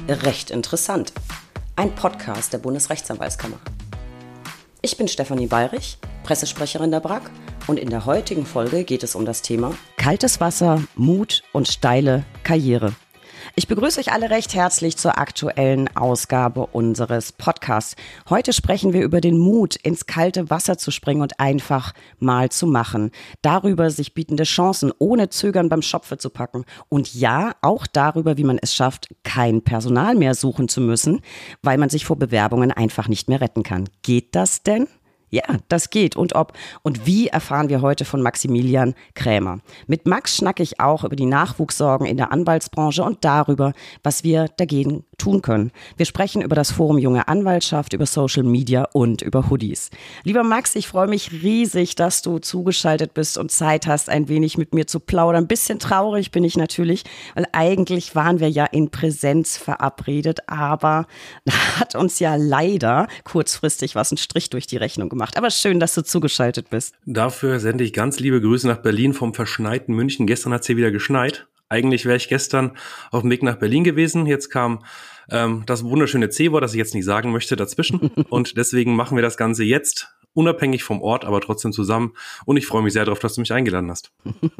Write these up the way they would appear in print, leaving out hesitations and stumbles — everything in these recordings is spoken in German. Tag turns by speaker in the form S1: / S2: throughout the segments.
S1: Recht interessant. Ein Podcast der Bundesrechtsanwaltskammer. Ich bin Stefanie Bayrich, Pressesprecherin der BRAG, und in der heutigen Folge geht es um das Thema kaltes Wasser, Mut und steile Karriere. Ich begrüße euch alle recht herzlich zur aktuellen Ausgabe unseres Podcasts. Heute sprechen wir über den Mut, ins kalte Wasser zu springen und einfach mal zu machen. Darüber, sich bietende Chancen ohne Zögern beim Schopfe zu packen. Und ja, auch darüber, wie man es schafft, kein Personal mehr suchen zu müssen, weil man sich vor Bewerbungen einfach nicht mehr retten kann. Geht das denn? Ja, das geht. Und ob und wie erfahren wir heute von Maximilian Krämer. Mit Max schnacke ich auch über die Nachwuchssorgen in der Anwaltsbranche und darüber, was wir dagegen tun können. Wir sprechen über das Forum Junge Anwaltschaft, über Social Media und über Hoodies. Lieber Max, ich freue mich riesig, dass du zugeschaltet bist und Zeit hast, ein wenig mit mir zu plaudern. Ein bisschen traurig bin ich natürlich, weil eigentlich waren wir ja in Präsenz verabredet, aber da hat uns ja leider kurzfristig was einen Strich durch die Rechnung gemacht. Aber schön, dass du zugeschaltet bist.
S2: Dafür sende ich ganz liebe Grüße nach Berlin vom verschneiten München. Gestern hat es hier wieder geschneit. Eigentlich wäre ich gestern auf dem Weg nach Berlin gewesen. Jetzt kam das wunderschöne C-Wort, das ich jetzt nicht sagen möchte, dazwischen. Und deswegen machen wir das Ganze jetzt unabhängig vom Ort, aber trotzdem zusammen. Und ich freue mich sehr darauf, dass du mich eingeladen hast.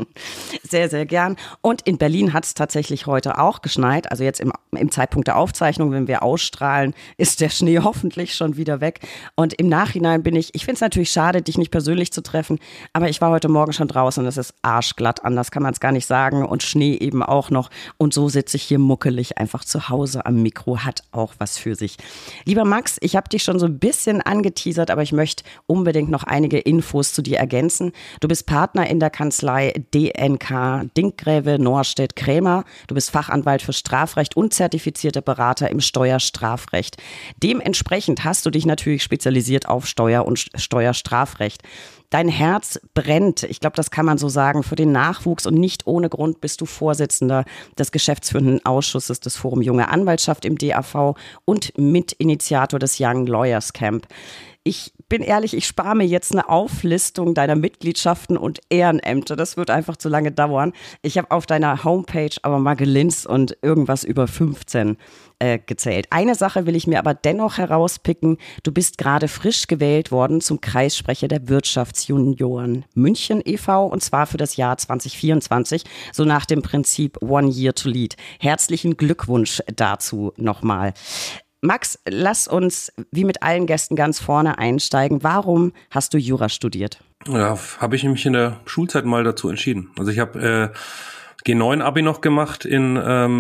S1: Sehr, sehr gern. Und in Berlin hat es tatsächlich heute auch geschneit. Also jetzt im Zeitpunkt der Aufzeichnung, wenn wir ausstrahlen, ist der Schnee hoffentlich schon wieder weg. Und im Nachhinein ich finde es natürlich schade, dich nicht persönlich zu treffen, aber ich war heute Morgen schon draußen und es ist arschglatt, anders kann man es gar nicht sagen. Und Schnee eben auch noch. Und so sitze ich hier muckelig einfach zu Hause am Mikro, hat auch was für sich. Lieber Max, ich habe dich schon so ein bisschen angeteasert, aber ich möchte unbedingt noch einige Infos zu dir ergänzen. Du bist Partner in der Kanzlei DNK Dinkgräve Norstedt Krämer. Du bist Fachanwalt für Strafrecht und zertifizierter Berater im Steuerstrafrecht. Dementsprechend hast du dich natürlich spezialisiert auf Steuer- und Steuerstrafrecht. Dein Herz brennt, ich glaube, das kann man so sagen, für den Nachwuchs, und nicht ohne Grund bist du Vorsitzender des geschäftsführenden Ausschusses des Forum Junge Anwaltschaft im DAV und Mitinitiator des Young Lawyers Camp. Ich bin ehrlich, ich spare mir jetzt eine Auflistung deiner Mitgliedschaften und Ehrenämter. Das wird einfach zu lange dauern. Ich habe auf deiner Homepage aber mal gelinst und irgendwas über 15 gezählt. Eine Sache will ich mir aber dennoch herauspicken. Du bist gerade frisch gewählt worden zum Kreissprecher der Wirtschaftsjunioren München e.V. und zwar für das Jahr 2024, so nach dem Prinzip One Year to Lead. Herzlichen Glückwunsch dazu nochmal. Max, lass uns wie mit allen Gästen ganz vorne einsteigen. Warum hast du Jura studiert?
S2: Ja, habe ich mich in der Schulzeit mal dazu entschieden. Also ich habe G9-Abi noch gemacht in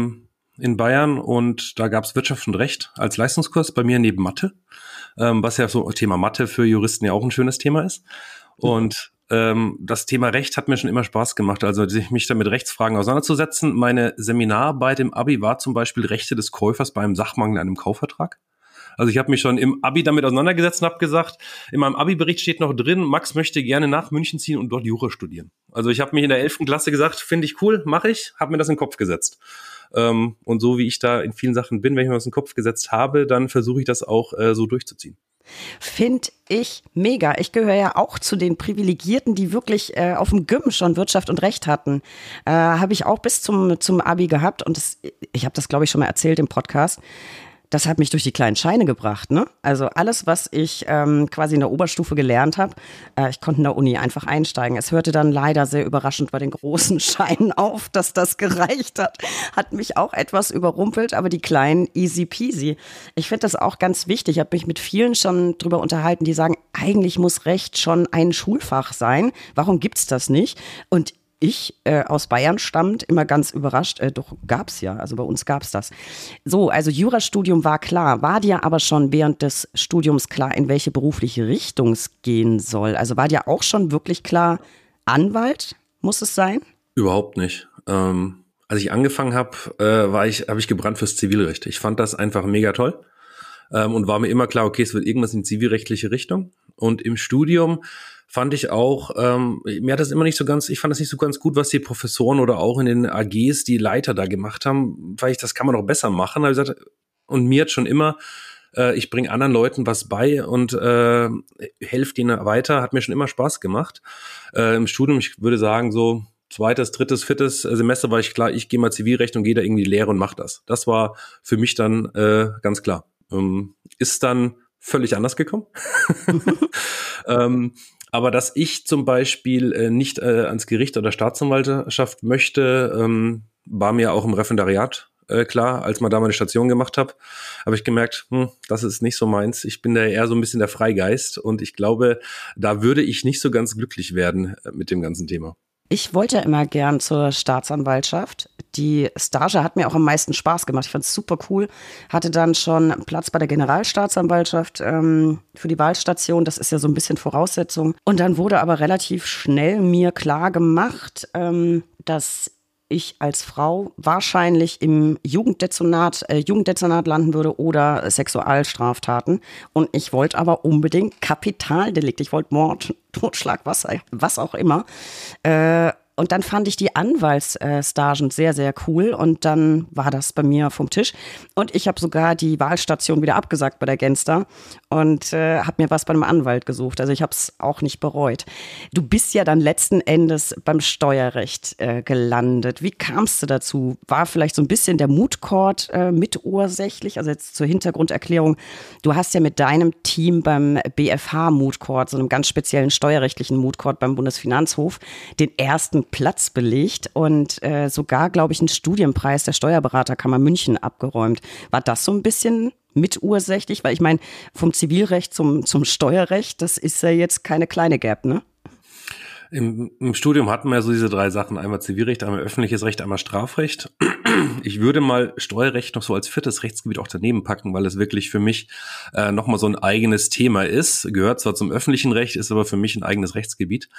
S2: Bayern und da gab es Wirtschaft und Recht als Leistungskurs bei mir neben Mathe, was ja so Thema Mathe für Juristen ja auch ein schönes Thema ist. Und das Thema Recht hat mir schon immer Spaß gemacht, also mich da mit Rechtsfragen auseinanderzusetzen. Meine Seminararbeit im Abi war zum Beispiel Rechte des Käufers bei einem Sachmangel in einem Kaufvertrag. Also ich habe mich schon im Abi damit auseinandergesetzt und habe gesagt, in meinem Abi-Bericht steht noch drin, Max möchte gerne nach München ziehen und dort Jura studieren. Also ich habe mich in der 11. Klasse gesagt, finde ich cool, mache ich, habe mir das in den Kopf gesetzt. Und so wie ich da in vielen Sachen bin, wenn ich mir das in den Kopf gesetzt habe, dann versuche ich das auch so durchzuziehen.
S1: Finde ich mega. Ich gehöre ja auch zu den Privilegierten, die wirklich auf dem Gym schon Wirtschaft und Recht hatten. Habe ich auch bis zum Abi gehabt und ich habe das, glaube ich, schon mal erzählt im Podcast. Das hat mich durch die kleinen Scheine gebracht, ne? Also alles, was ich quasi in der Oberstufe gelernt habe, ich konnte in der Uni einfach einsteigen. Es hörte dann leider sehr überraschend bei den großen Scheinen auf, dass das gereicht hat. Hat mich auch etwas überrumpelt, aber die kleinen easy peasy. Ich finde das auch ganz wichtig. Ich habe mich mit vielen schon drüber unterhalten, die sagen, eigentlich muss Recht schon ein Schulfach sein. Warum gibt's das nicht? Und ich, aus Bayern stammend, immer ganz überrascht, doch gab's ja, also bei uns gab's das. So, also Jurastudium war klar, war dir aber schon während des Studiums klar, in welche berufliche Richtung es gehen soll? Also war dir auch schon wirklich klar, Anwalt muss es sein?
S2: Überhaupt nicht. Als ich angefangen habe, habe ich gebrannt fürs Zivilrecht. Ich fand das einfach mega toll und war mir immer klar, okay, es wird irgendwas in die zivilrechtliche Richtung. Und im Studium fand ich auch, mir hat das immer nicht so ganz, ich fand das nicht so ganz gut, was die Professoren oder auch in den AGs die Leiter da gemacht haben, weil das kann man doch besser machen. Da hab ich gesagt, und mir hat schon immer, ich bringe anderen Leuten was bei und helfe denen weiter, hat mir schon immer Spaß gemacht. Im Studium, ich würde sagen so zweites, drittes, viertes Semester war ich klar, ich gehe mal Zivilrecht und gehe da irgendwie in die Lehre und mache das. Das war für mich dann ganz klar. Ist dann völlig anders gekommen. Aber dass ich zum Beispiel nicht ans Gericht oder Staatsanwaltschaft möchte, war mir auch im Referendariat klar, als man da meine Station gemacht habe ich gemerkt, das ist nicht so meins. Ich bin da eher so ein bisschen der Freigeist und ich glaube, da würde ich nicht so ganz glücklich werden mit dem ganzen Thema.
S1: Ich wollte ja immer gern zur Staatsanwaltschaft. Die Stage hat mir auch am meisten Spaß gemacht. Ich fand es super cool. Hatte dann schon Platz bei der Generalstaatsanwaltschaft für die Wahlstation. Das ist ja so ein bisschen Voraussetzung. Und dann wurde aber relativ schnell mir klar gemacht, dass ich als Frau wahrscheinlich im Jugenddezernat landen würde oder Sexualstraftaten. Und ich wollte aber unbedingt Kapitaldelikt. Ich wollte Mord, Totschlag, was auch immer. Und dann fand ich die Anwaltsstagen sehr, sehr cool. Und dann war das bei mir vom Tisch. Und ich habe sogar die Wahlstation wieder abgesagt bei der Genster und habe mir was bei einem Anwalt gesucht. Also ich habe es auch nicht bereut. Du bist ja dann letzten Endes beim Steuerrecht gelandet. Wie kamst du dazu? War vielleicht so ein bisschen der Moot Court mitursächlich? Also jetzt zur Hintergrunderklärung. Du hast ja mit deinem Team beim BFH Moot Court, so einem ganz speziellen steuerrechtlichen Moot Court beim Bundesfinanzhof, den ersten Platz belegt und sogar, glaube ich, einen Studienpreis der Steuerberaterkammer München abgeräumt. War das so ein bisschen mitursächlich? Weil ich meine, vom Zivilrecht zum Steuerrecht, das ist ja jetzt keine kleine Gap, ne?
S2: Im Studium hatten wir ja so diese 3 Sachen. Einmal Zivilrecht, einmal öffentliches Recht, einmal Strafrecht. Ich würde mal Steuerrecht noch so als 4. Rechtsgebiet auch daneben packen, weil es wirklich für mich nochmal so ein eigenes Thema ist. Gehört zwar zum öffentlichen Recht, ist aber für mich ein eigenes Rechtsgebiet.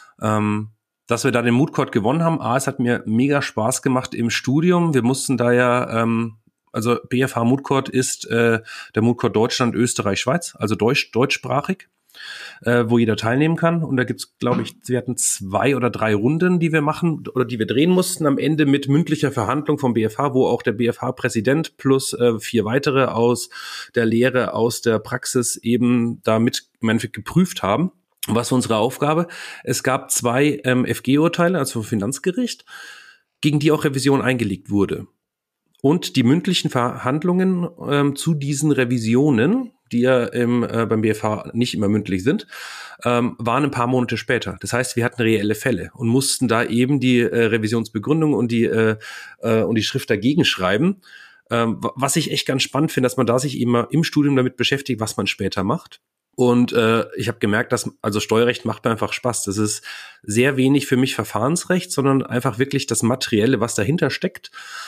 S2: Dass wir da den Moot Court gewonnen haben, es hat mir mega Spaß gemacht im Studium. Wir mussten da ja, also BFH Moot Court ist der Moot Court Deutschland, Österreich, Schweiz, also deutschsprachig, wo jeder teilnehmen kann. Und da gibt's, glaube ich, wir hatten 2 oder 3 Runden, die wir machen oder die wir drehen mussten am Ende mit mündlicher Verhandlung vom BFH, wo auch der BFH-Präsident plus 4 weitere aus der Lehre, aus der Praxis eben damit im Endeffekt geprüft haben. Was war unsere Aufgabe? Es gab 2 FG-Urteile, also vom Finanzgericht, gegen die auch Revision eingelegt wurde. Und die mündlichen Verhandlungen zu diesen Revisionen, die ja beim BFH nicht immer mündlich sind, waren ein paar Monate später. Das heißt, wir hatten reelle Fälle und mussten da eben die Revisionsbegründung und die Schrift dagegen schreiben. Was ich echt ganz spannend finde, dass man da sich immer im Studium damit beschäftigt, was man später macht. Und ich habe gemerkt, dass also Steuerrecht macht mir einfach Spaß. Das ist sehr wenig für mich Verfahrensrecht, sondern einfach wirklich das Materielle, was dahinter steckt.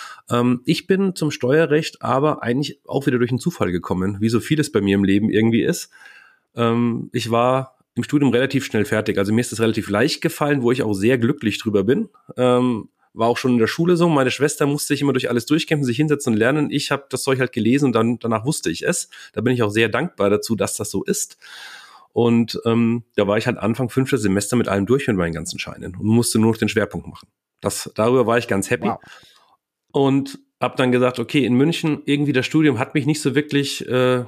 S2: Ich bin zum Steuerrecht aber eigentlich auch wieder durch einen Zufall gekommen, wie so vieles bei mir im Leben irgendwie ist. Ich war im Studium relativ schnell fertig. Also mir ist das relativ leicht gefallen, wo ich auch sehr glücklich drüber bin. War auch schon in der Schule so. Meine Schwester musste sich immer durch alles durchkämpfen, sich hinsetzen und lernen. Ich habe das Zeug halt gelesen und danach wusste ich es. Da bin ich auch sehr dankbar dazu, dass das so ist. Und da war ich halt Anfang 5. Semester mit allem durch mit meinen ganzen Scheinen und musste nur noch den Schwerpunkt machen. Darüber war ich ganz happy. Wow. Und habe dann gesagt, okay, in München irgendwie das Studium hat mich nicht so wirklich,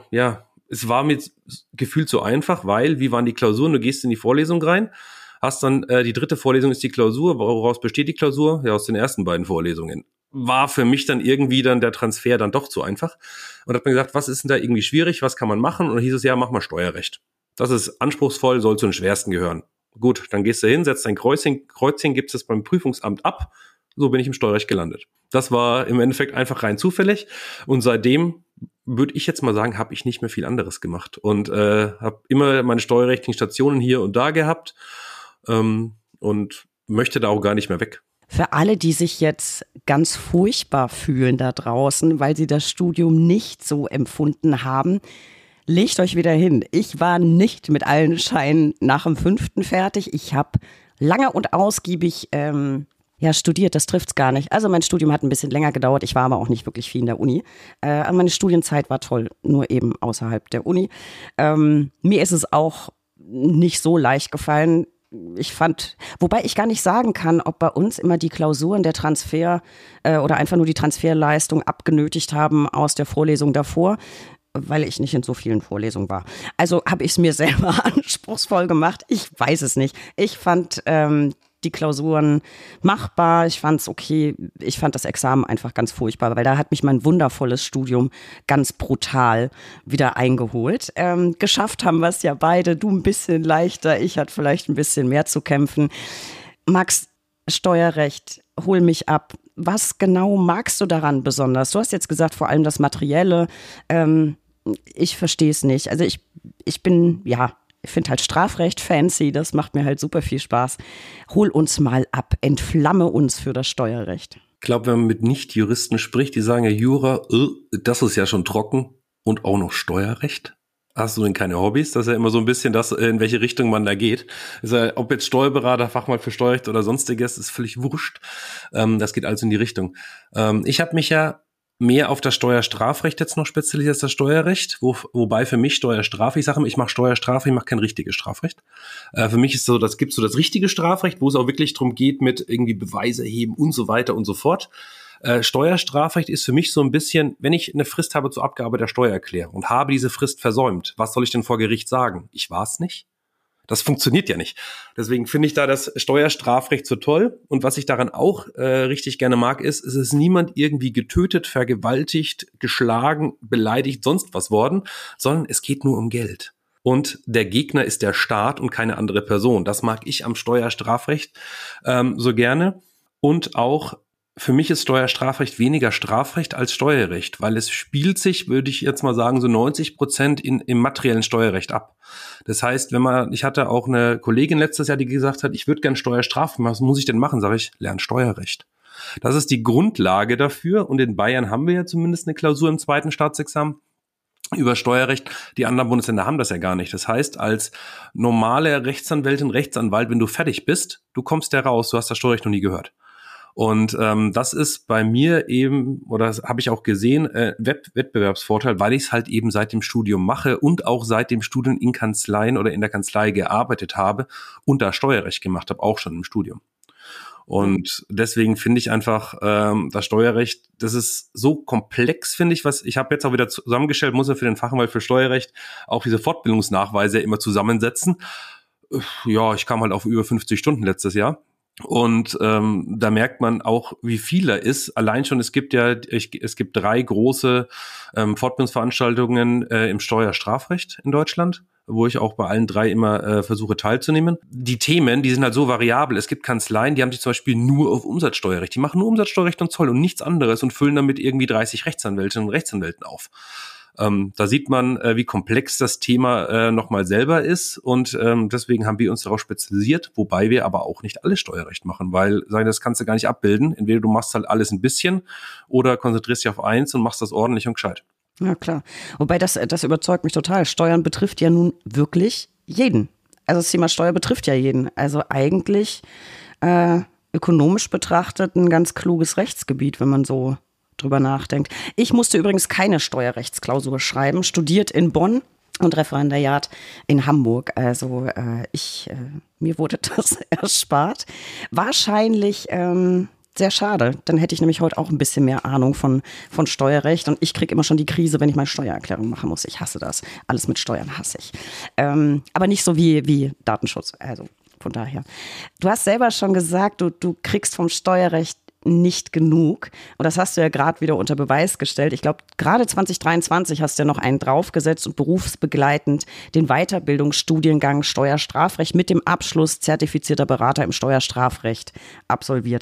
S2: es war mir gefühlt so einfach, weil, wie waren die Klausuren? Du gehst in die Vorlesung rein, hast dann die 3. Vorlesung ist die Klausur. Woraus besteht die Klausur? Ja, aus den ersten beiden Vorlesungen. War für mich dann irgendwie dann der Transfer dann doch zu einfach. Und hat mir gesagt, was ist denn da irgendwie schwierig? Was kann man machen? Und dann hieß es, ja, mach mal Steuerrecht. Das ist anspruchsvoll, soll zu den schwersten gehören. Gut, dann gehst du hin, setzt dein Kreuzchen, gibst es beim Prüfungsamt ab. So bin ich im Steuerrecht gelandet. Das war im Endeffekt einfach rein zufällig. Und seitdem, würde ich jetzt mal sagen, habe ich nicht mehr viel anderes gemacht. Und habe immer meine steuerrechtlichen Stationen hier und da gehabt und möchte da auch gar nicht mehr weg.
S1: Für alle, die sich jetzt ganz furchtbar fühlen da draußen, weil sie das Studium nicht so empfunden haben, legt euch wieder hin. Ich war nicht mit allen Scheinen nach dem 5. fertig. Ich habe lange und ausgiebig studiert, das trifft's gar nicht. Also mein Studium hat ein bisschen länger gedauert. Ich war aber auch nicht wirklich viel in der Uni. Meine Studienzeit war toll, nur eben außerhalb der Uni. Mir ist es auch nicht so leicht gefallen. Wobei ich gar nicht sagen kann, ob bei uns immer die Klausuren der Transfer oder einfach nur die Transferleistung abgenötigt haben aus der Vorlesung davor, weil ich nicht in so vielen Vorlesungen war. Also habe ich es mir selber anspruchsvoll gemacht. Ich weiß es nicht. Ich fand die Klausuren machbar. Ich fand's okay. Ich fand das Examen einfach ganz furchtbar, weil da hat mich mein wundervolles Studium ganz brutal wieder eingeholt. Geschafft haben wir es ja beide. Du ein bisschen leichter, ich hatte vielleicht ein bisschen mehr zu kämpfen. Max, Steuerrecht, hol mich ab. Was genau magst du daran besonders? Du hast jetzt gesagt, vor allem das Materielle. Ich verstehe es nicht. Also ich finde halt Strafrecht fancy, das macht mir halt super viel Spaß. Hol uns mal ab, entflamme uns für das Steuerrecht.
S2: Ich glaube, wenn man mit Nicht-Juristen spricht, die sagen ja Jura, das ist ja schon trocken und auch noch Steuerrecht. Hast du denn keine Hobbys? Das ist ja immer so ein bisschen das, in welche Richtung man da geht. Ist ja, ob jetzt Steuerberater, Fachmann für Steuerrecht oder sonstiges, ist völlig wurscht. Das geht also in die Richtung. Ich habe mich ja mehr auf das Steuerstrafrecht jetzt noch spezialisiert als das Steuerrecht, wobei für mich Steuerstrafe, ich sage immer, ich mache Steuerstrafe, ich mache kein richtiges Strafrecht. Für mich ist so, das gibt so das richtige Strafrecht, wo es auch wirklich darum geht, mit irgendwie Beweise erheben und so weiter und so fort. Steuerstrafrecht ist für mich so ein bisschen, wenn ich eine Frist habe zur Abgabe der Steuererklärung und habe diese Frist versäumt, was soll ich denn vor Gericht sagen? Ich war es nicht. Das funktioniert ja nicht. Deswegen finde ich da das Steuerstrafrecht so toll. Und was ich daran auch richtig gerne mag, ist, es ist niemand irgendwie getötet, vergewaltigt, geschlagen, beleidigt, sonst was worden, sondern es geht nur um Geld. Und der Gegner ist der Staat und keine andere Person. Das mag ich am Steuerstrafrecht so gerne. Und auch für mich ist Steuerstrafrecht weniger Strafrecht als Steuerrecht, weil es spielt sich, würde ich jetzt mal sagen, so 90% im materiellen Steuerrecht ab. Das heißt, ich hatte auch eine Kollegin letztes Jahr, die gesagt hat, ich würde gern Steuerstrafe machen, was muss ich denn machen? Sage ich, lern Steuerrecht. Das ist die Grundlage dafür und in Bayern haben wir ja zumindest eine Klausur im zweiten Staatsexamen über Steuerrecht. Die anderen Bundesländer haben das ja gar nicht. Das heißt, als normale Rechtsanwältin, Rechtsanwalt, wenn du fertig bist, du kommst ja raus, du hast das Steuerrecht noch nie gehört. Und das ist bei mir eben, oder das habe ich auch gesehen, Wettbewerbsvorteil, weil ich es halt eben seit dem Studium mache und auch seit dem Studium in Kanzleien oder in der Kanzlei gearbeitet habe und da Steuerrecht gemacht habe, auch schon im Studium. Und deswegen finde ich einfach, das Steuerrecht, das ist so komplex, finde ich, ich habe jetzt auch wieder zusammengestellt, muss ja für den Fachanwalt für Steuerrecht auch diese Fortbildungsnachweise immer zusammensetzen. Ja, ich kam halt auf über 50 Stunden letztes Jahr. Und da merkt man auch, wie viel da ist. Allein schon, es gibt 3 große Fortbildungsveranstaltungen im Steuerstrafrecht in Deutschland, wo ich auch bei allen 3 immer versuche teilzunehmen. Die Themen, die sind halt so variabel. Es gibt Kanzleien, die haben sich zum Beispiel nur auf Umsatzsteuerrecht. Die machen nur Umsatzsteuerrecht und Zoll und nichts anderes und füllen damit irgendwie 30 Rechtsanwältinnen und Rechtsanwälten auf. Da sieht man, wie komplex das Thema nochmal selber ist und deswegen haben wir uns darauf spezialisiert, wobei wir aber auch nicht alles Steuerrecht machen, weil das kannst du gar nicht abbilden. Entweder du machst halt alles ein bisschen oder konzentrierst dich auf eins und machst das ordentlich und gescheit.
S1: Ja, klar. Wobei das überzeugt mich total. Steuern betrifft ja nun wirklich jeden. Also das Thema Steuer betrifft ja jeden. Also eigentlich ökonomisch betrachtet ein ganz kluges Rechtsgebiet, wenn man so drüber nachdenkt. Ich musste übrigens keine Steuerrechtsklausur schreiben, studiert in Bonn und Referendariat in Hamburg. Also mir wurde das erspart. Wahrscheinlich sehr schade. Dann hätte ich nämlich heute auch ein bisschen mehr Ahnung von Steuerrecht und ich kriege immer schon die Krise, wenn ich mal Steuererklärung machen muss. Ich hasse das. Alles mit Steuern hasse ich. Aber nicht so wie Datenschutz. Also von daher. Du hast selber schon gesagt, du kriegst vom Steuerrecht nicht genug. Und das hast du ja gerade wieder unter Beweis gestellt. Ich glaube, gerade 2023 hast du ja noch einen draufgesetzt und berufsbegleitend den Weiterbildungsstudiengang Steuerstrafrecht mit dem Abschluss zertifizierter Berater im Steuerstrafrecht absolviert.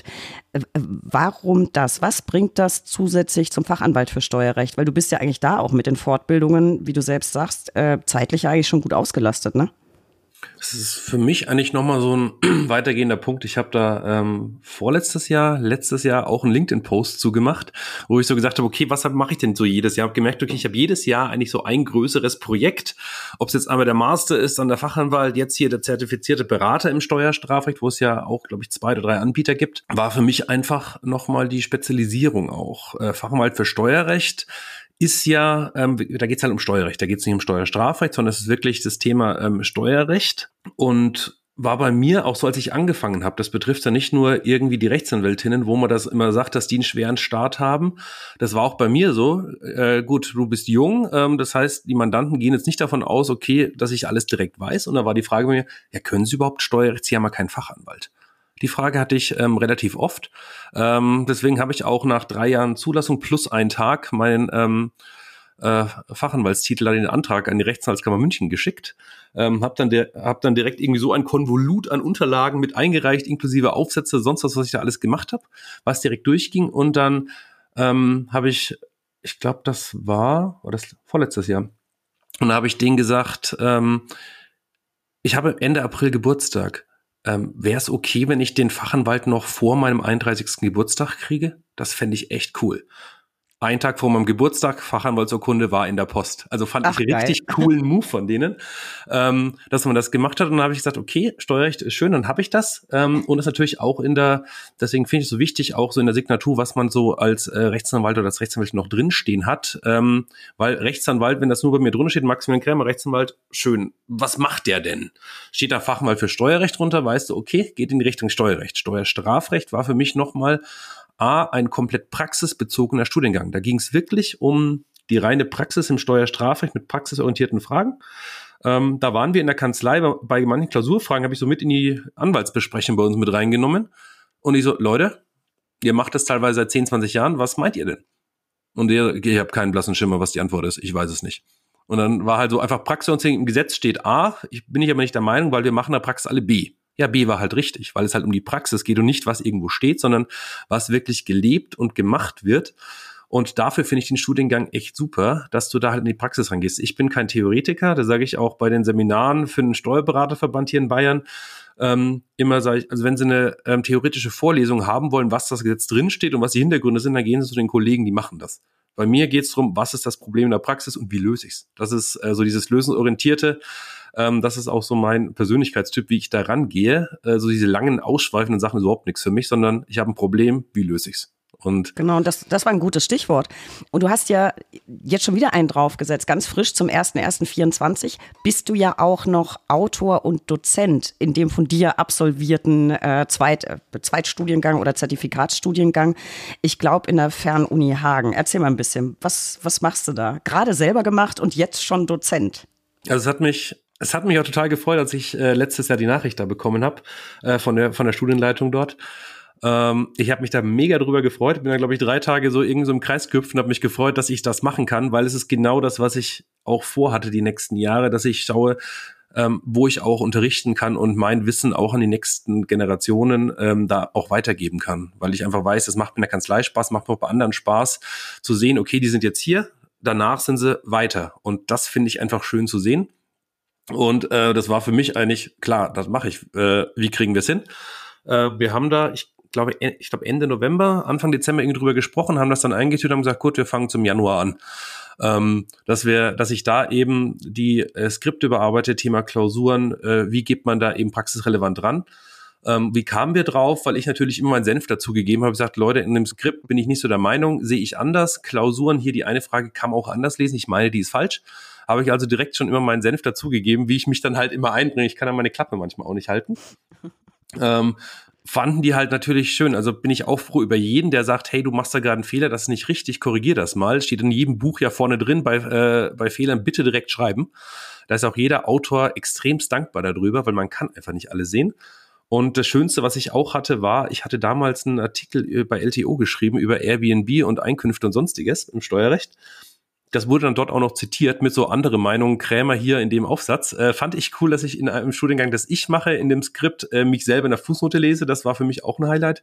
S1: Warum das? Was bringt das zusätzlich zum Fachanwalt für Steuerrecht? Weil du bist ja eigentlich da auch mit den Fortbildungen, wie du selbst sagst, zeitlich eigentlich schon gut ausgelastet, ne?
S2: Das ist für mich eigentlich nochmal so ein weitergehender Punkt. Ich habe da letztes Jahr auch einen LinkedIn-Post zugemacht, wo ich so gesagt habe, okay, was mache ich denn so jedes Jahr? Ich habe gemerkt, okay, ich habe jedes Jahr eigentlich so ein größeres Projekt, ob es jetzt einmal der Master ist, dann der Fachanwalt, jetzt hier der zertifizierte Berater im Steuerstrafrecht, wo es ja auch, glaube ich, 2 oder 3 Anbieter gibt, war für mich einfach nochmal die Spezialisierung auch. Fachanwalt für Steuerrecht ist ja, da geht es halt um Steuerrecht, da geht es nicht um Steuerstrafrecht, sondern es ist wirklich das Thema Steuerrecht und war bei mir auch so, als ich angefangen habe, das betrifft ja nicht nur irgendwie die Rechtsanwältinnen, wo man das immer sagt, dass die einen schweren Start haben, das war auch bei mir so, gut, du bist jung, das heißt, die Mandanten gehen jetzt nicht davon aus, okay, dass ich alles direkt weiß und da war die Frage bei mir, ja, können Sie überhaupt Steuerrecht, Sie haben ja keinen Fachanwalt. Die Frage hatte ich relativ oft. Deswegen habe ich auch nach 3 Jahren Zulassung plus einen Tag meinen Fachanwaltstitel, den Antrag an die Rechtsanwaltskammer München geschickt. Hab dann direkt irgendwie so ein Konvolut an Unterlagen mit eingereicht, inklusive Aufsätze, sonst was ich da alles gemacht habe, was direkt durchging. Und dann habe ich glaube, das war das vorletztes Jahr. Und da habe ich denen gesagt, ich habe Ende April Geburtstag. Wäre es okay, wenn ich den Fachanwalt noch vor meinem 31. Geburtstag kriege? Das fände ich echt cool. Einen Tag vor meinem Geburtstag, Fachanwaltsurkunde war in der Post. Also fand ich richtig coolen Move von denen, dass man das gemacht hat. Und dann habe ich gesagt, okay, Steuerrecht ist schön, dann habe ich das. Und das natürlich auch deswegen finde ich es so wichtig, auch so in der Signatur, was man so als Rechtsanwalt oder als Rechtsanwalt noch drinstehen hat. Weil Rechtsanwalt, wenn das nur bei mir drin steht, Maximilian Krämer, Rechtsanwalt, schön. Was macht der denn? Steht da Fachanwalt für Steuerrecht drunter, weißt du, okay, geht in die Richtung Steuerrecht. Steuerstrafrecht war für mich nochmal ein komplett praxisbezogener Studiengang. Da ging es wirklich um die reine Praxis im Steuerstrafrecht mit praxisorientierten Fragen. Da waren wir in der Kanzlei, bei manchen Klausurfragen habe ich so mit in die Anwaltsbesprechung bei uns mit reingenommen. Und ich so, Leute, ihr macht das teilweise seit 10, 20 Jahren, was meint ihr denn? Und ich habe keinen blassen Schimmer, was die Antwort ist. Ich weiß es nicht. Und dann war halt so einfach praxisorientiert, im Gesetz steht A, bin ich aber nicht der Meinung, weil wir machen in der Praxis alle B. Ja, B war halt richtig, weil es halt um die Praxis geht und nicht, was irgendwo steht, sondern was wirklich gelebt und gemacht wird. Und dafür finde ich den Studiengang echt super, dass du da halt in die Praxis rangehst. Ich bin kein Theoretiker, da sage ich auch bei den Seminaren für den Steuerberaterverband hier in Bayern, immer sage ich, also wenn sie eine theoretische Vorlesung haben wollen, was das Gesetz drinsteht und was die Hintergründe sind, dann gehen sie zu den Kollegen, die machen das. Bei mir geht es darum, was ist das Problem in der Praxis und wie löse ich es. Das ist so dieses lösungsorientierte. Das ist auch so mein Persönlichkeitstyp, wie ich da rangehe. So diese langen, ausschweifenden Sachen ist überhaupt nichts für mich, sondern ich habe ein Problem, wie löse ich's? Und
S1: genau, und das war ein gutes Stichwort. Und du hast ja jetzt schon wieder einen draufgesetzt, ganz frisch zum 01.01.24 bist du ja auch noch Autor und Dozent in dem von dir absolvierten Zweitstudiengang oder Zertifikatsstudiengang. Ich glaube in der Fernuni Hagen. Erzähl mal ein bisschen, was machst du da? Gerade selber gemacht und jetzt schon Dozent.
S2: Also es hat mich auch total gefreut, als ich letztes Jahr die Nachricht da bekommen habe von der Studienleitung dort. Ich habe mich da mega drüber gefreut. Bin da, glaube ich, 3 Tage so irgendwie so im Kreis gehüpft und habe mich gefreut, dass ich das machen kann, weil es ist genau das, was ich auch vorhatte die nächsten Jahre, dass ich schaue, wo ich auch unterrichten kann und mein Wissen auch an die nächsten Generationen da auch weitergeben kann. Weil ich einfach weiß, es macht mir in der Kanzlei Spaß, macht mir auch bei anderen Spaß zu sehen, okay, die sind jetzt hier, danach sind sie weiter. Und das finde ich einfach schön zu sehen. Und das war für mich eigentlich, klar, das mache ich. Wie kriegen wir es hin? Wir haben da, ich glaube Ende November, Anfang Dezember irgendwie drüber gesprochen, haben das dann eingetütet und haben gesagt, gut, wir fangen zum Januar an. Dass ich da eben die Skripte überarbeite, Thema Klausuren, wie geht man da eben praxisrelevant ran? Wie kamen wir drauf? Weil ich natürlich immer meinen Senf dazu gegeben habe, gesagt, Leute, in dem Skript bin ich nicht so der Meinung, sehe ich anders. Klausuren, hier die eine Frage kann man auch anders lesen, ich meine, die ist falsch. Habe ich also direkt schon immer meinen Senf dazugegeben, wie ich mich dann halt immer einbringe. Ich kann ja meine Klappe manchmal auch nicht halten. Fanden die halt natürlich schön. Also bin ich auch froh über jeden, der sagt, hey, du machst da gerade einen Fehler, das ist nicht richtig, korrigier das mal. Steht in jedem Buch ja vorne drin, bei Fehlern bitte direkt schreiben. Da ist auch jeder Autor extremst dankbar darüber, weil man kann einfach nicht alle sehen. Und das Schönste, was ich auch hatte, war, ich hatte damals einen Artikel bei LTO geschrieben über Airbnb und Einkünfte und Sonstiges im Steuerrecht. Das wurde dann dort auch noch zitiert mit so anderen Meinungen, Krämer hier in dem Aufsatz. Fand ich cool, dass ich in einem Studiengang, das ich mache, in dem Skript mich selber in der Fußnote lese. Das war für mich auch ein Highlight.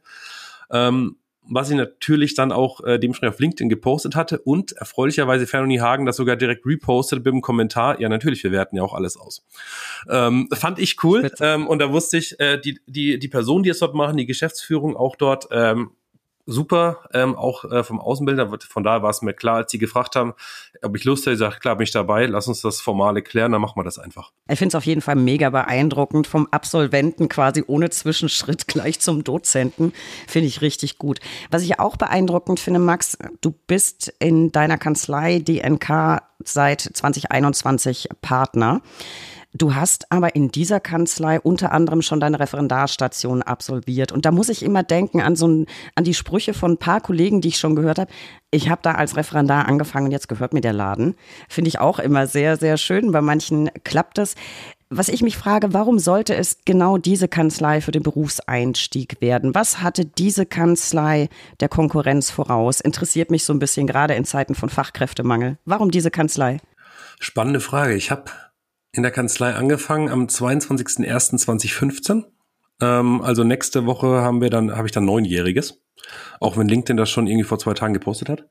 S2: Was ich natürlich dann auch dementsprechend auf LinkedIn gepostet hatte und erfreulicherweise Fernuni Hagen das sogar direkt repostet mit einem Kommentar. Ja, natürlich, wir werten ja auch alles aus. Fand ich cool. Und da wusste ich, die Personen, die es dort machen, die Geschäftsführung auch dort, super, auch vom Außenbilder. Von daher war es mir klar, als sie gefragt haben, ob ich Lust hätte, ich sage, klar, bin ich dabei, lass uns das Formale klären, dann machen wir das einfach.
S1: Ich finde es auf jeden Fall mega beeindruckend, vom Absolventen quasi ohne Zwischenschritt gleich zum Dozenten, finde ich richtig gut. Was ich auch beeindruckend finde, Max, du bist in deiner Kanzlei DNK seit 2021 Partner. Du hast aber in dieser Kanzlei unter anderem schon deine Referendarstation absolviert. Und da muss ich immer denken an die Sprüche von ein paar Kollegen, die ich schon gehört habe. Ich habe da als Referendar angefangen und jetzt gehört mir der Laden. Finde ich auch immer sehr, sehr schön. Bei manchen klappt das. was ich mich frage, warum sollte es genau diese Kanzlei für den Berufseinstieg werden? Was hatte diese Kanzlei der Konkurrenz voraus? Interessiert mich so ein bisschen, gerade in Zeiten von Fachkräftemangel. Warum diese Kanzlei?
S2: Spannende Frage. Ich habe in der Kanzlei angefangen am 22.01.2015. Also nächste Woche habe ich dann 9-Jähriges. Auch wenn LinkedIn das schon irgendwie vor 2 Tagen gepostet hat.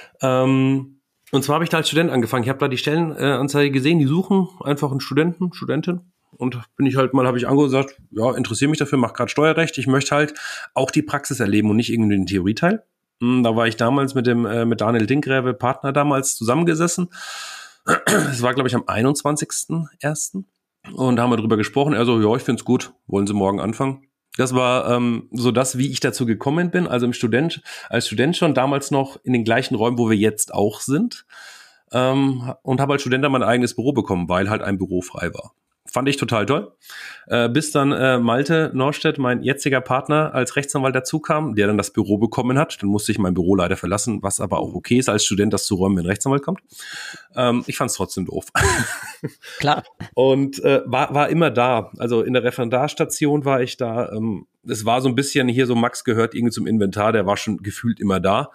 S2: Und zwar habe ich da als Student angefangen. Ich habe da die Stellenanzeige gesehen, die suchen einfach einen Studentin. Und habe ich angesagt, ja, interessiere mich dafür, mache gerade Steuerrecht. Ich möchte halt auch die Praxis erleben und nicht irgendwie den Theorieteil. Da war ich damals mit Daniel Dinkräve, Partner damals, zusammengesessen. Es war, glaube ich, am 21.01. Und da haben wir drüber gesprochen. Er so, ja, ich find's gut. Wollen Sie morgen anfangen? Das war so das, wie ich dazu gekommen bin. Also als Student schon, damals noch in den gleichen Räumen, wo wir jetzt auch sind. Und habe als Student dann mein eigenes Büro bekommen, weil halt ein Büro frei war. Fand ich total toll. Bis dann Malte Norstedt, mein jetziger Partner, als Rechtsanwalt dazu kam, der dann das Büro bekommen hat. Dann musste ich mein Büro leider verlassen, was aber auch okay ist, als Student das zu räumen, wenn ein Rechtsanwalt kommt. Ich fand es trotzdem doof.
S1: Klar.
S2: Und war immer da. Also in der Referendarstation war ich da. Es war so ein bisschen hier so, Max gehört irgendwie zum Inventar, der war schon gefühlt immer da.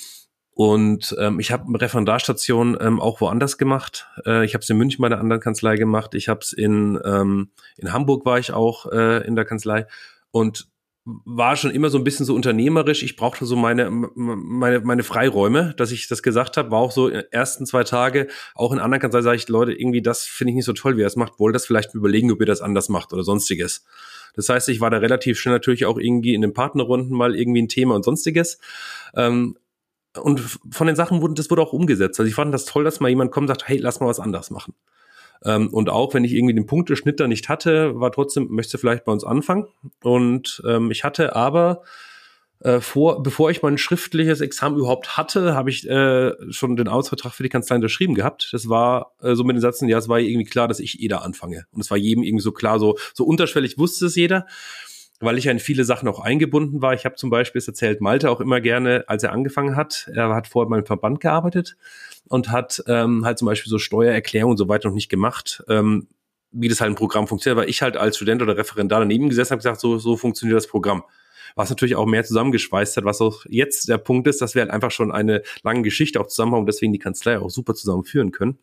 S2: Und ich habe eine Referendarstation auch woanders gemacht. Ich habe es in München bei einer anderen Kanzlei gemacht. Ich habe es in Hamburg war ich auch in der Kanzlei und war schon immer so ein bisschen so unternehmerisch. Ich brauchte so meine Freiräume, dass ich das gesagt habe. War auch so in den ersten 2 Tage, auch in anderen Kanzleien sage ich, Leute, irgendwie das finde ich nicht so toll, wie er es macht. Wollt das vielleicht überlegen, ob ihr das anders macht oder sonstiges. Das heißt, ich war da relativ schnell natürlich auch irgendwie in den Partnerrunden mal irgendwie ein Thema und sonstiges. Und von den Sachen das wurde auch umgesetzt. Also ich fand das toll, dass mal jemand kommt und sagt, hey, lass mal was anderes machen. Und auch wenn ich irgendwie den Punkteschnitt da nicht hatte, war trotzdem, möchtest du vielleicht bei uns anfangen? Und ich hatte aber bevor ich mein schriftliches Examen überhaupt hatte, habe ich schon den Arbeitsvertrag für die Kanzlei unterschrieben gehabt. Das war so mit den Sätzen, ja, es war irgendwie klar, dass ich da anfange. Und es war jedem irgendwie so klar, so unterschwellig wusste es jeder, weil ich ja in viele Sachen auch eingebunden war. Ich habe zum Beispiel, es erzählt Malte auch immer gerne, als er angefangen hat, er hat vorher beim Verband gearbeitet und hat halt zum Beispiel so Steuererklärungen und so weiter noch nicht gemacht, wie das halt im Programm funktioniert, weil ich halt als Student oder Referendar daneben gesessen habe, gesagt, so funktioniert das Programm. Was natürlich auch mehr zusammengeschweißt hat, was auch jetzt der Punkt ist, dass wir halt einfach schon eine lange Geschichte auch zusammen haben und deswegen die Kanzlei auch super zusammenführen können.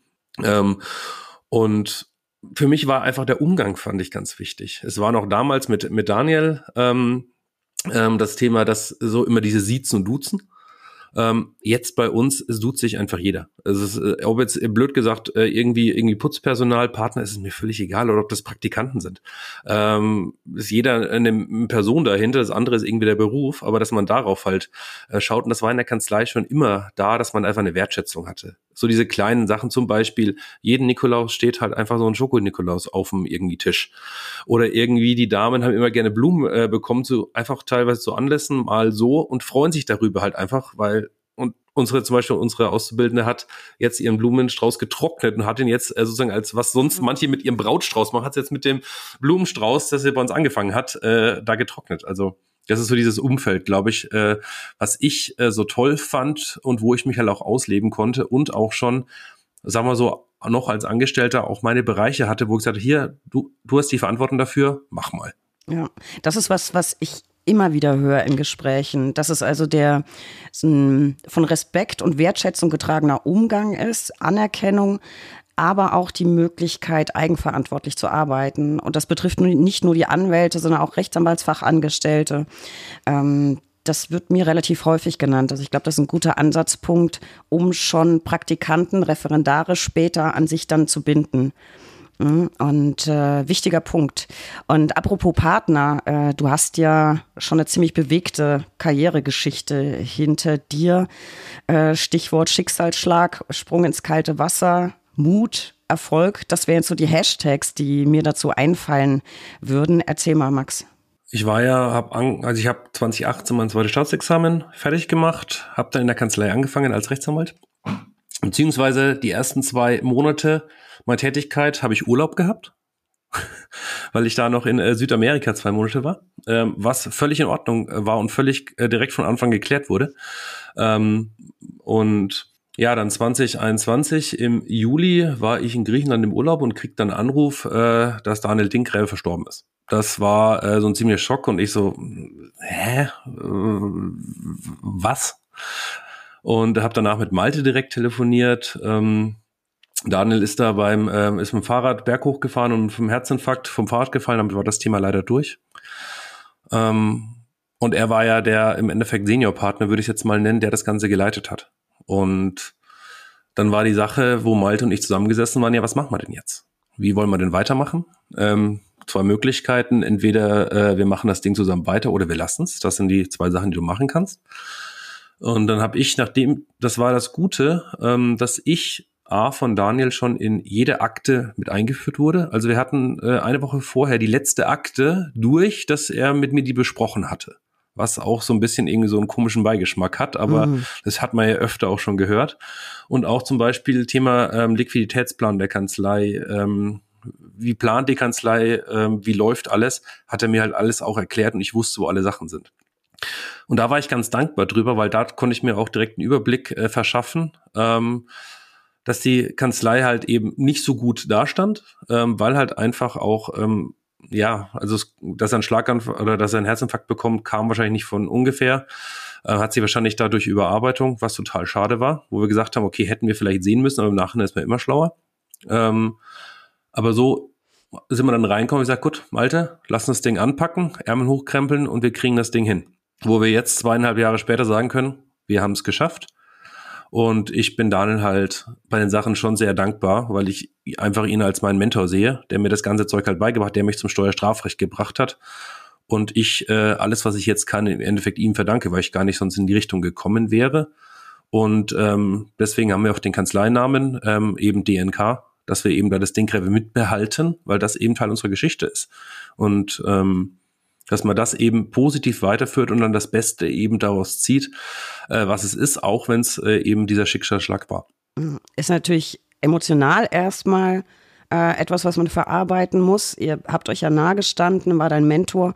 S2: Und für mich war einfach der Umgang, fand ich ganz wichtig. Es war noch damals mit Daniel das Thema, dass so immer diese Siezen und Duzen. Jetzt bei uns, es duzt sich einfach jeder. Also es ist, ob jetzt blöd gesagt irgendwie Putzpersonal, Partner, ist es mir völlig egal, oder ob das Praktikanten sind. Ist jeder eine Person dahinter, das andere ist irgendwie der Beruf, aber dass man darauf halt schaut, und das war in der Kanzlei schon immer da, dass man einfach eine Wertschätzung hatte. So diese kleinen Sachen, zum Beispiel, jeden Nikolaus steht halt einfach so ein Schoko-Nikolaus auf dem irgendwie Tisch. Oder irgendwie die Damen haben immer gerne Blumen bekommen, so einfach teilweise zu Anlässen, mal so, und freuen sich darüber halt einfach, weil zum Beispiel unsere Auszubildende hat jetzt ihren Blumenstrauß getrocknet und hat ihn jetzt sozusagen als, was sonst manche mit ihrem Brautstrauß machen, hat sie jetzt mit dem Blumenstrauß, das sie bei uns angefangen hat, da getrocknet. Also das ist so dieses Umfeld, glaube ich, was ich so toll fand und wo ich mich halt auch ausleben konnte und auch schon, sagen wir so, noch als Angestellter auch meine Bereiche hatte, wo ich gesagt habe, hier, du hast die Verantwortung dafür, mach mal.
S1: Ja, das ist was ich immer wieder höre in Gesprächen, dass es also der von Respekt und Wertschätzung getragener Umgang ist, Anerkennung, aber auch die Möglichkeit, eigenverantwortlich zu arbeiten. Und das betrifft nicht nur die Anwälte, sondern auch Rechtsanwaltsfachangestellte. Das wird mir relativ häufig genannt. Also ich glaube, das ist ein guter Ansatzpunkt, um schon Praktikanten, Referendare später an sich dann zu binden. Und wichtiger Punkt. Und apropos Partner, du hast ja schon eine ziemlich bewegte Karrieregeschichte hinter dir. Stichwort Schicksalsschlag, Sprung ins kalte Wasser, Mut, Erfolg. Das wären jetzt so die Hashtags, die mir dazu einfallen würden. Erzähl mal, Max.
S2: Ich habe 2018 mein zweites Staatsexamen fertig gemacht, habe dann in der Kanzlei angefangen als Rechtsanwalt. Beziehungsweise die ersten 2 Monate meiner Tätigkeit habe ich Urlaub gehabt, weil ich da noch in Südamerika 2 Monate war, was völlig in Ordnung war und völlig direkt von Anfang geklärt wurde. Und Ja, dann 2021 im Juli war ich in Griechenland im Urlaub und krieg dann einen Anruf, dass Daniel Dinkgräve verstorben ist. Das war so ein ziemlicher Schock und ich so, was? Und habe danach mit Malte direkt telefoniert. Daniel ist da ist mit dem Fahrrad berghoch gefahren und vom Herzinfarkt vom Fahrrad gefallen, damit war das Thema leider durch. Und er war ja der im Endeffekt Seniorpartner, würde ich jetzt mal nennen, der das Ganze geleitet hat. Und dann war die Sache, wo Malte und ich zusammengesessen waren, ja, was machen wir denn jetzt? Wie wollen wir denn weitermachen? Zwei Möglichkeiten, entweder wir machen das Ding zusammen weiter oder wir lassen es. Das sind die zwei Sachen, die du machen kannst. Und dann habe ich, das war das Gute, dass ich von Daniel schon in jede Akte mit eingeführt wurde. Also wir hatten eine Woche vorher die letzte Akte durch, dass er mit mir die besprochen hatte. Was auch so ein bisschen irgendwie so einen komischen Beigeschmack hat, aber das hat man ja öfter auch schon gehört. Und auch zum Beispiel Thema Liquiditätsplan der Kanzlei, wie plant die Kanzlei, wie läuft alles, hat er mir halt alles auch erklärt und ich wusste, wo alle Sachen sind. Und da war ich ganz dankbar drüber, weil da konnte ich mir auch direkt einen Überblick verschaffen, dass die Kanzlei halt eben nicht so gut dastand, weil halt einfach auch dass er einen Schlaganfall oder dass er einen Herzinfarkt bekommt, kam wahrscheinlich nicht von ungefähr. Hat sie wahrscheinlich dadurch Überarbeitung, was total schade war, wo wir gesagt haben, okay, hätten wir vielleicht sehen müssen, aber im Nachhinein ist man immer schlauer. Aber so sind wir dann reingekommen und gesagt, gut, Malte, lass uns das Ding anpacken, Ärmel hochkrempeln und wir kriegen das Ding hin. Wo wir jetzt 2,5 Jahre später sagen können, wir haben es geschafft. Und ich bin Daniel halt bei den Sachen schon sehr dankbar, weil ich einfach ihn als meinen Mentor sehe, der mir das ganze Zeug halt beigebracht, der mich zum Steuerstrafrecht gebracht hat. Und ich alles, was ich jetzt kann, im Endeffekt ihm verdanke, weil ich gar nicht sonst in die Richtung gekommen wäre. Und deswegen haben wir auch den Kanzleinamen, eben DNK, dass wir eben da das Dinkgräve mitbehalten, weil das eben Teil unserer Geschichte ist. Und dass man das eben positiv weiterführt und dann das Beste eben daraus zieht, was es ist, auch wenn es eben dieser Schicksalsschlag war.
S1: Ist natürlich emotional erstmal etwas, was man verarbeiten muss. Ihr habt euch ja nahe gestanden, war dein Mentor.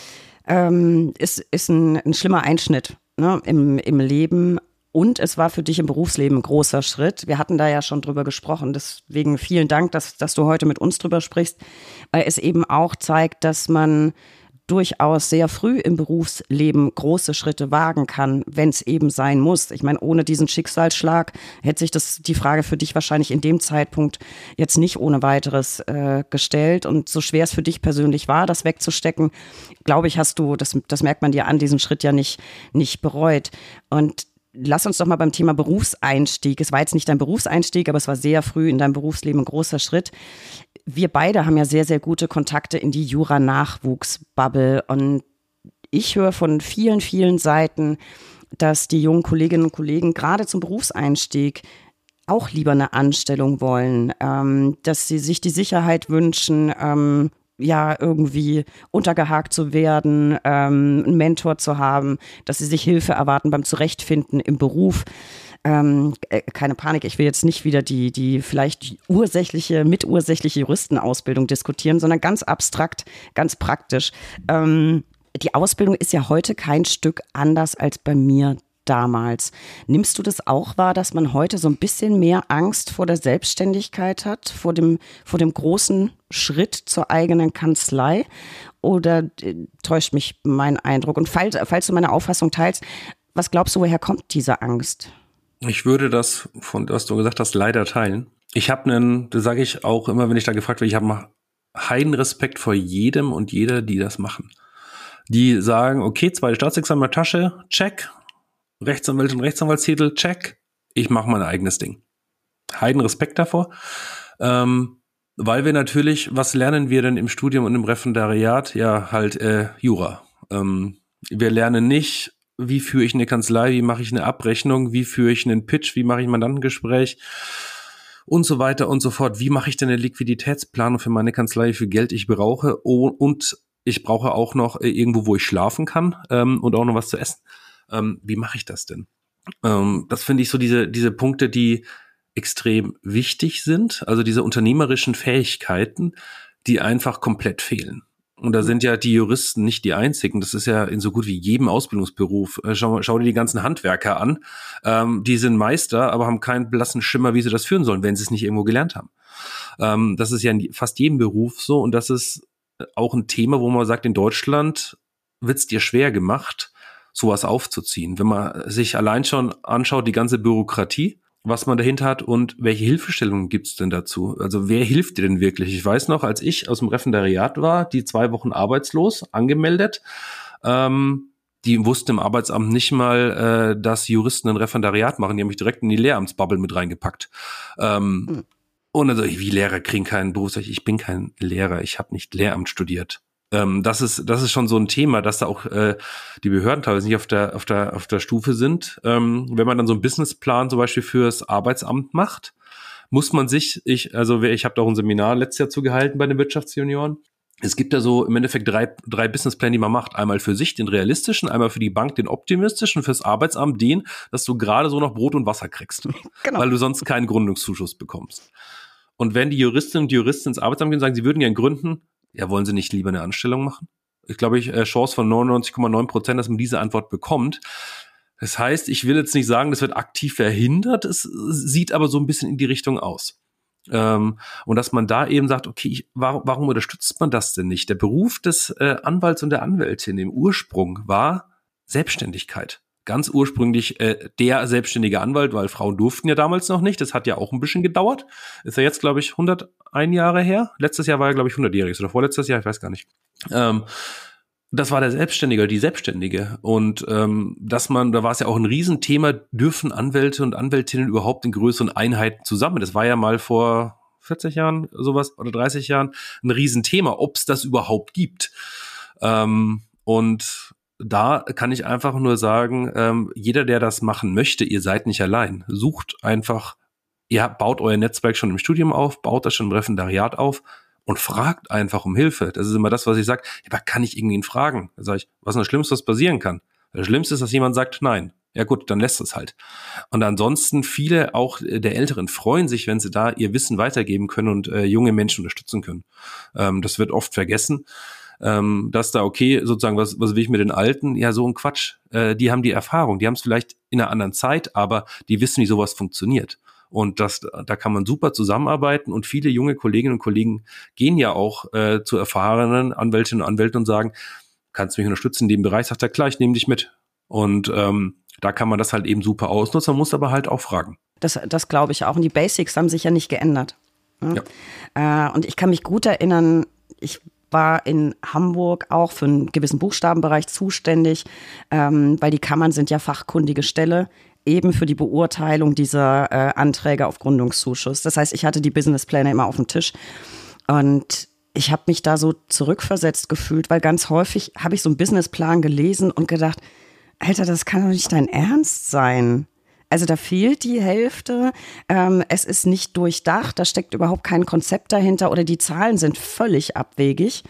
S1: Ist ein schlimmer Einschnitt, ne, im Leben. Und es war für dich im Berufsleben ein großer Schritt. Wir hatten da ja schon drüber gesprochen. Deswegen vielen Dank, dass du heute mit uns drüber sprichst, weil es eben auch zeigt, dass man durchaus sehr früh im Berufsleben große Schritte wagen kann, wenn es eben sein muss. Ich meine, ohne diesen Schicksalsschlag hätte sich die Frage für dich wahrscheinlich in dem Zeitpunkt jetzt nicht ohne weiteres gestellt. Und so schwer es für dich persönlich war, das wegzustecken, glaube ich, hast du, das merkt man dir an, diesen Schritt ja nicht bereut. Und lass uns doch mal beim Thema Berufseinstieg. Es war jetzt nicht dein Berufseinstieg, aber es war sehr früh in deinem Berufsleben ein großer Schritt. Wir beide haben ja sehr, sehr gute Kontakte in die Jura-Nachwuchs-Bubble und ich höre von vielen, vielen Seiten, dass die jungen Kolleginnen und Kollegen gerade zum Berufseinstieg auch lieber eine Anstellung wollen, dass sie sich die Sicherheit wünschen, irgendwie untergehakt zu werden, einen Mentor zu haben, dass sie sich Hilfe erwarten beim Zurechtfinden im Beruf. Keine Panik, ich will jetzt nicht wieder die vielleicht mitursächliche Juristenausbildung diskutieren, sondern ganz abstrakt, ganz praktisch. Die Ausbildung ist ja heute kein Stück anders als bei mir damals. Nimmst du das auch wahr, dass man heute so ein bisschen mehr Angst vor der Selbstständigkeit hat, vor dem großen Schritt zur eigenen Kanzlei? Oder täuscht mich mein Eindruck? Und falls du meine Auffassung teilst, was glaubst du, woher kommt diese Angst?
S2: Ich würde das, von was du gesagt hast, leider teilen. Ich habe das sage ich auch immer, wenn ich da gefragt werde, ich habe heiden Respekt vor jedem und jeder, die das machen. Die sagen, okay, zweite Staatsexamen in der Tasche, check. Rechtsanwältin, Rechtsanwaltstitel, check. Ich mache mein eigenes Ding. Heiden Respekt davor. Weil wir natürlich, was lernen wir denn im Studium und im Referendariat? Ja, halt Jura. Wir lernen nicht, wie führe ich eine Kanzlei, wie mache ich eine Abrechnung, wie führe ich einen Pitch, wie mache ich ein Mandantengespräch und so weiter und so fort. Wie mache ich denn eine Liquiditätsplanung für meine Kanzlei, wie viel Geld ich brauche und ich brauche auch noch irgendwo, wo ich schlafen kann und auch noch was zu essen. Wie mache ich das denn? Das finde ich so diese Punkte, die extrem wichtig sind, also diese unternehmerischen Fähigkeiten, die einfach komplett fehlen. Und da sind ja die Juristen nicht die einzigen. Das ist ja in so gut wie jedem Ausbildungsberuf. Schau dir die ganzen Handwerker an. Die sind Meister, aber haben keinen blassen Schimmer, wie sie das führen sollen, wenn sie es nicht irgendwo gelernt haben. Das ist ja in fast jedem Beruf so. Und das ist auch ein Thema, wo man sagt, in Deutschland wird es dir schwer gemacht, sowas aufzuziehen. Wenn man sich allein schon anschaut, die ganze Bürokratie, was man dahinter hat und welche Hilfestellungen gibt's denn dazu? Also wer hilft dir denn wirklich? Ich weiß noch, als ich aus dem Referendariat war, die 2 Wochen arbeitslos, angemeldet, die wussten im Arbeitsamt nicht mal, dass Juristen ein Referendariat machen. Die haben mich direkt in die Lehramtsbubble mit reingepackt. Und dann so, wie Lehrer kriegen keinen Beruf. Ich bin kein Lehrer, ich habe nicht Lehramt studiert. Das ist schon so ein Thema, dass da auch die Behörden teilweise nicht auf der Stufe sind. Wenn man dann so einen Businessplan zum Beispiel fürs Arbeitsamt macht, muss man sich, ich habe da auch ein Seminar letztes Jahr zugehalten bei den Wirtschaftsjunioren. Es gibt da so im Endeffekt drei Businesspläne, die man macht. Einmal für sich den realistischen, einmal für die Bank den optimistischen, fürs Arbeitsamt den, dass du gerade so noch Brot und Wasser kriegst, genau, weil du sonst keinen Gründungszuschuss bekommst. Und wenn die Juristinnen und Juristen ins Arbeitsamt gehen und sagen, sie würden gerne gründen, ja, wollen sie nicht lieber eine Anstellung machen? Ich glaube, Chance von 99,9%, dass man diese Antwort bekommt. Das heißt, ich will jetzt nicht sagen, das wird aktiv verhindert, es sieht aber so ein bisschen in die Richtung aus. Und dass man da eben sagt, okay, warum unterstützt man das denn nicht? Der Beruf des Anwalts und der Anwältin im Ursprung war Selbstständigkeit. Ganz ursprünglich der selbstständige Anwalt, weil Frauen durften ja damals noch nicht. Das hat ja auch ein bisschen gedauert. Ist ja jetzt, glaube ich, 101 Jahre her. Letztes Jahr war er, glaube ich, 100-jähriges oder vorletztes Jahr, ich weiß gar nicht. Das war der Selbstständige, die Selbstständige. Und da war es ja auch ein Riesenthema, dürfen Anwälte und Anwältinnen überhaupt in größeren Einheiten zusammen? Das war ja mal vor 40 Jahren sowas oder 30 Jahren ein Riesenthema, ob es das überhaupt gibt. Und da kann ich einfach nur sagen, jeder, der das machen möchte, ihr seid nicht allein. Sucht einfach, ihr baut euer Netzwerk schon im Studium auf, baut das schon im Referendariat auf und fragt einfach um Hilfe. Das ist immer das, was ich sage, aber kann ich irgendwen fragen? Da sage ich, was ist das Schlimmste, was passieren kann? Das Schlimmste ist, dass jemand sagt, nein. Ja gut, dann lässt es halt. Und ansonsten viele auch der Älteren freuen sich, wenn sie da ihr Wissen weitergeben können und junge Menschen unterstützen können. Das wird oft vergessen. Dass da, okay, sozusagen, was will ich mit den Alten? Ja, so ein Quatsch. Die haben die Erfahrung, die haben es vielleicht in einer anderen Zeit, aber die wissen, wie sowas funktioniert. Und da kann man super zusammenarbeiten und viele junge Kolleginnen und Kollegen gehen ja auch zu erfahrenen Anwältinnen und Anwälten und sagen, kannst du mich unterstützen in dem Bereich? Sagt er, klar, ich nehme dich mit. Und da kann man das halt eben super ausnutzen, man muss aber halt auch fragen.
S1: Das glaube ich auch. Und die Basics haben sich ja nicht geändert. Ja. Und ich kann mich gut erinnern, ich war in Hamburg auch für einen gewissen Buchstabenbereich zuständig, weil die Kammern sind ja fachkundige Stelle, eben für die Beurteilung dieser Anträge auf Gründungszuschuss. Das heißt, ich hatte die Businesspläne immer auf dem Tisch und ich habe mich da so zurückversetzt gefühlt, weil ganz häufig habe ich so einen Businessplan gelesen und gedacht, Alter, das kann doch nicht dein Ernst sein. Also da fehlt die Hälfte, es ist nicht durchdacht, da steckt überhaupt kein Konzept dahinter oder die Zahlen sind völlig abwegig.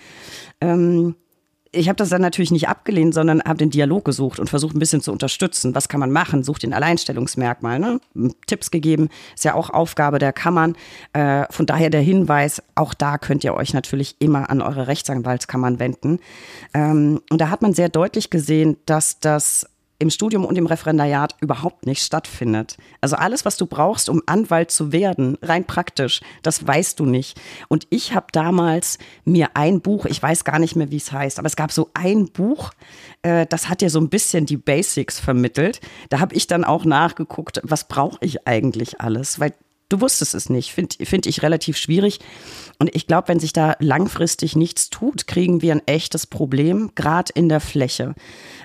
S1: Ich habe das dann natürlich nicht abgelehnt, sondern habe den Dialog gesucht und versucht ein bisschen zu unterstützen. Was kann man machen? Sucht den Alleinstellungsmerkmal, ne? Tipps gegeben, ist ja auch Aufgabe der Kammern. Von daher der Hinweis, auch da könnt ihr euch natürlich immer an eure Rechtsanwaltskammern wenden. Und da hat man sehr deutlich gesehen, dass das im Studium und im Referendariat überhaupt nicht stattfindet. Also alles, was du brauchst, um Anwalt zu werden, rein praktisch, das weißt du nicht. Und ich habe damals mir ein Buch, ich weiß gar nicht mehr, wie es heißt, aber es gab so ein Buch, das hat dir so ein bisschen die Basics vermittelt. Da habe ich dann auch nachgeguckt, was brauche ich eigentlich alles, weil du wusstest es nicht, find ich relativ schwierig. Und ich glaube, wenn sich da langfristig nichts tut, kriegen wir ein echtes Problem, gerade in der Fläche.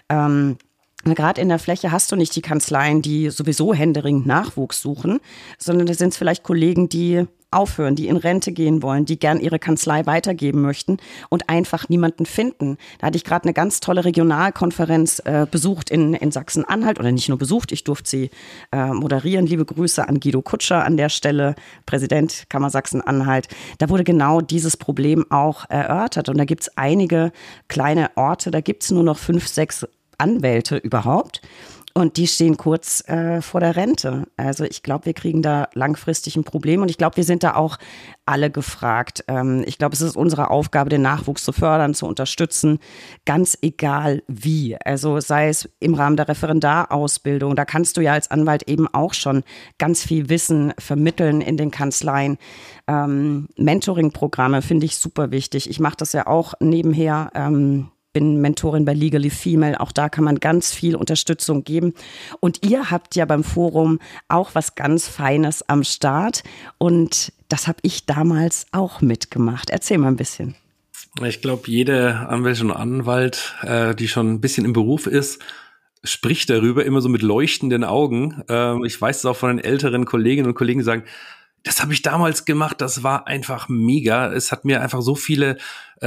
S1: Gerade in der Fläche hast du nicht die Kanzleien, die sowieso händeringend Nachwuchs suchen, sondern da sind es vielleicht Kollegen, die aufhören, die in Rente gehen wollen, die gern ihre Kanzlei weitergeben möchten und einfach niemanden finden. Da hatte ich gerade eine ganz tolle Regionalkonferenz besucht in Sachsen-Anhalt oder nicht nur besucht, ich durfte sie moderieren. Liebe Grüße an Guido Kutscher an der Stelle, Präsident Kammer Sachsen-Anhalt. Da wurde genau dieses Problem auch erörtert und da gibt es einige kleine Orte, da gibt es nur noch 5, 6 Anwälte überhaupt. Und die stehen kurz vor der Rente. Also ich glaube, wir kriegen da langfristig ein Problem und ich glaube, wir sind da auch alle gefragt. Ich glaube, es ist unsere Aufgabe, den Nachwuchs zu fördern, zu unterstützen, ganz egal wie. Also sei es im Rahmen der Referendarausbildung, da kannst du ja als Anwalt eben auch schon ganz viel Wissen vermitteln in den Kanzleien. Mentoring-Programme finde ich super wichtig. Ich mache das ja auch nebenher. Bin Mentorin bei Legally Female, auch da kann man ganz viel Unterstützung geben. Und ihr habt ja beim Forum auch was ganz Feines am Start und das habe ich damals auch mitgemacht. Erzähl mal ein bisschen.
S2: Ich glaube, jede Anwältin und Anwalt, die schon ein bisschen im Beruf ist, spricht darüber immer so mit leuchtenden Augen. Ich weiß es auch von den älteren Kolleginnen und Kollegen, die sagen, das habe ich damals gemacht, das war einfach mega. Es hat mir einfach so viele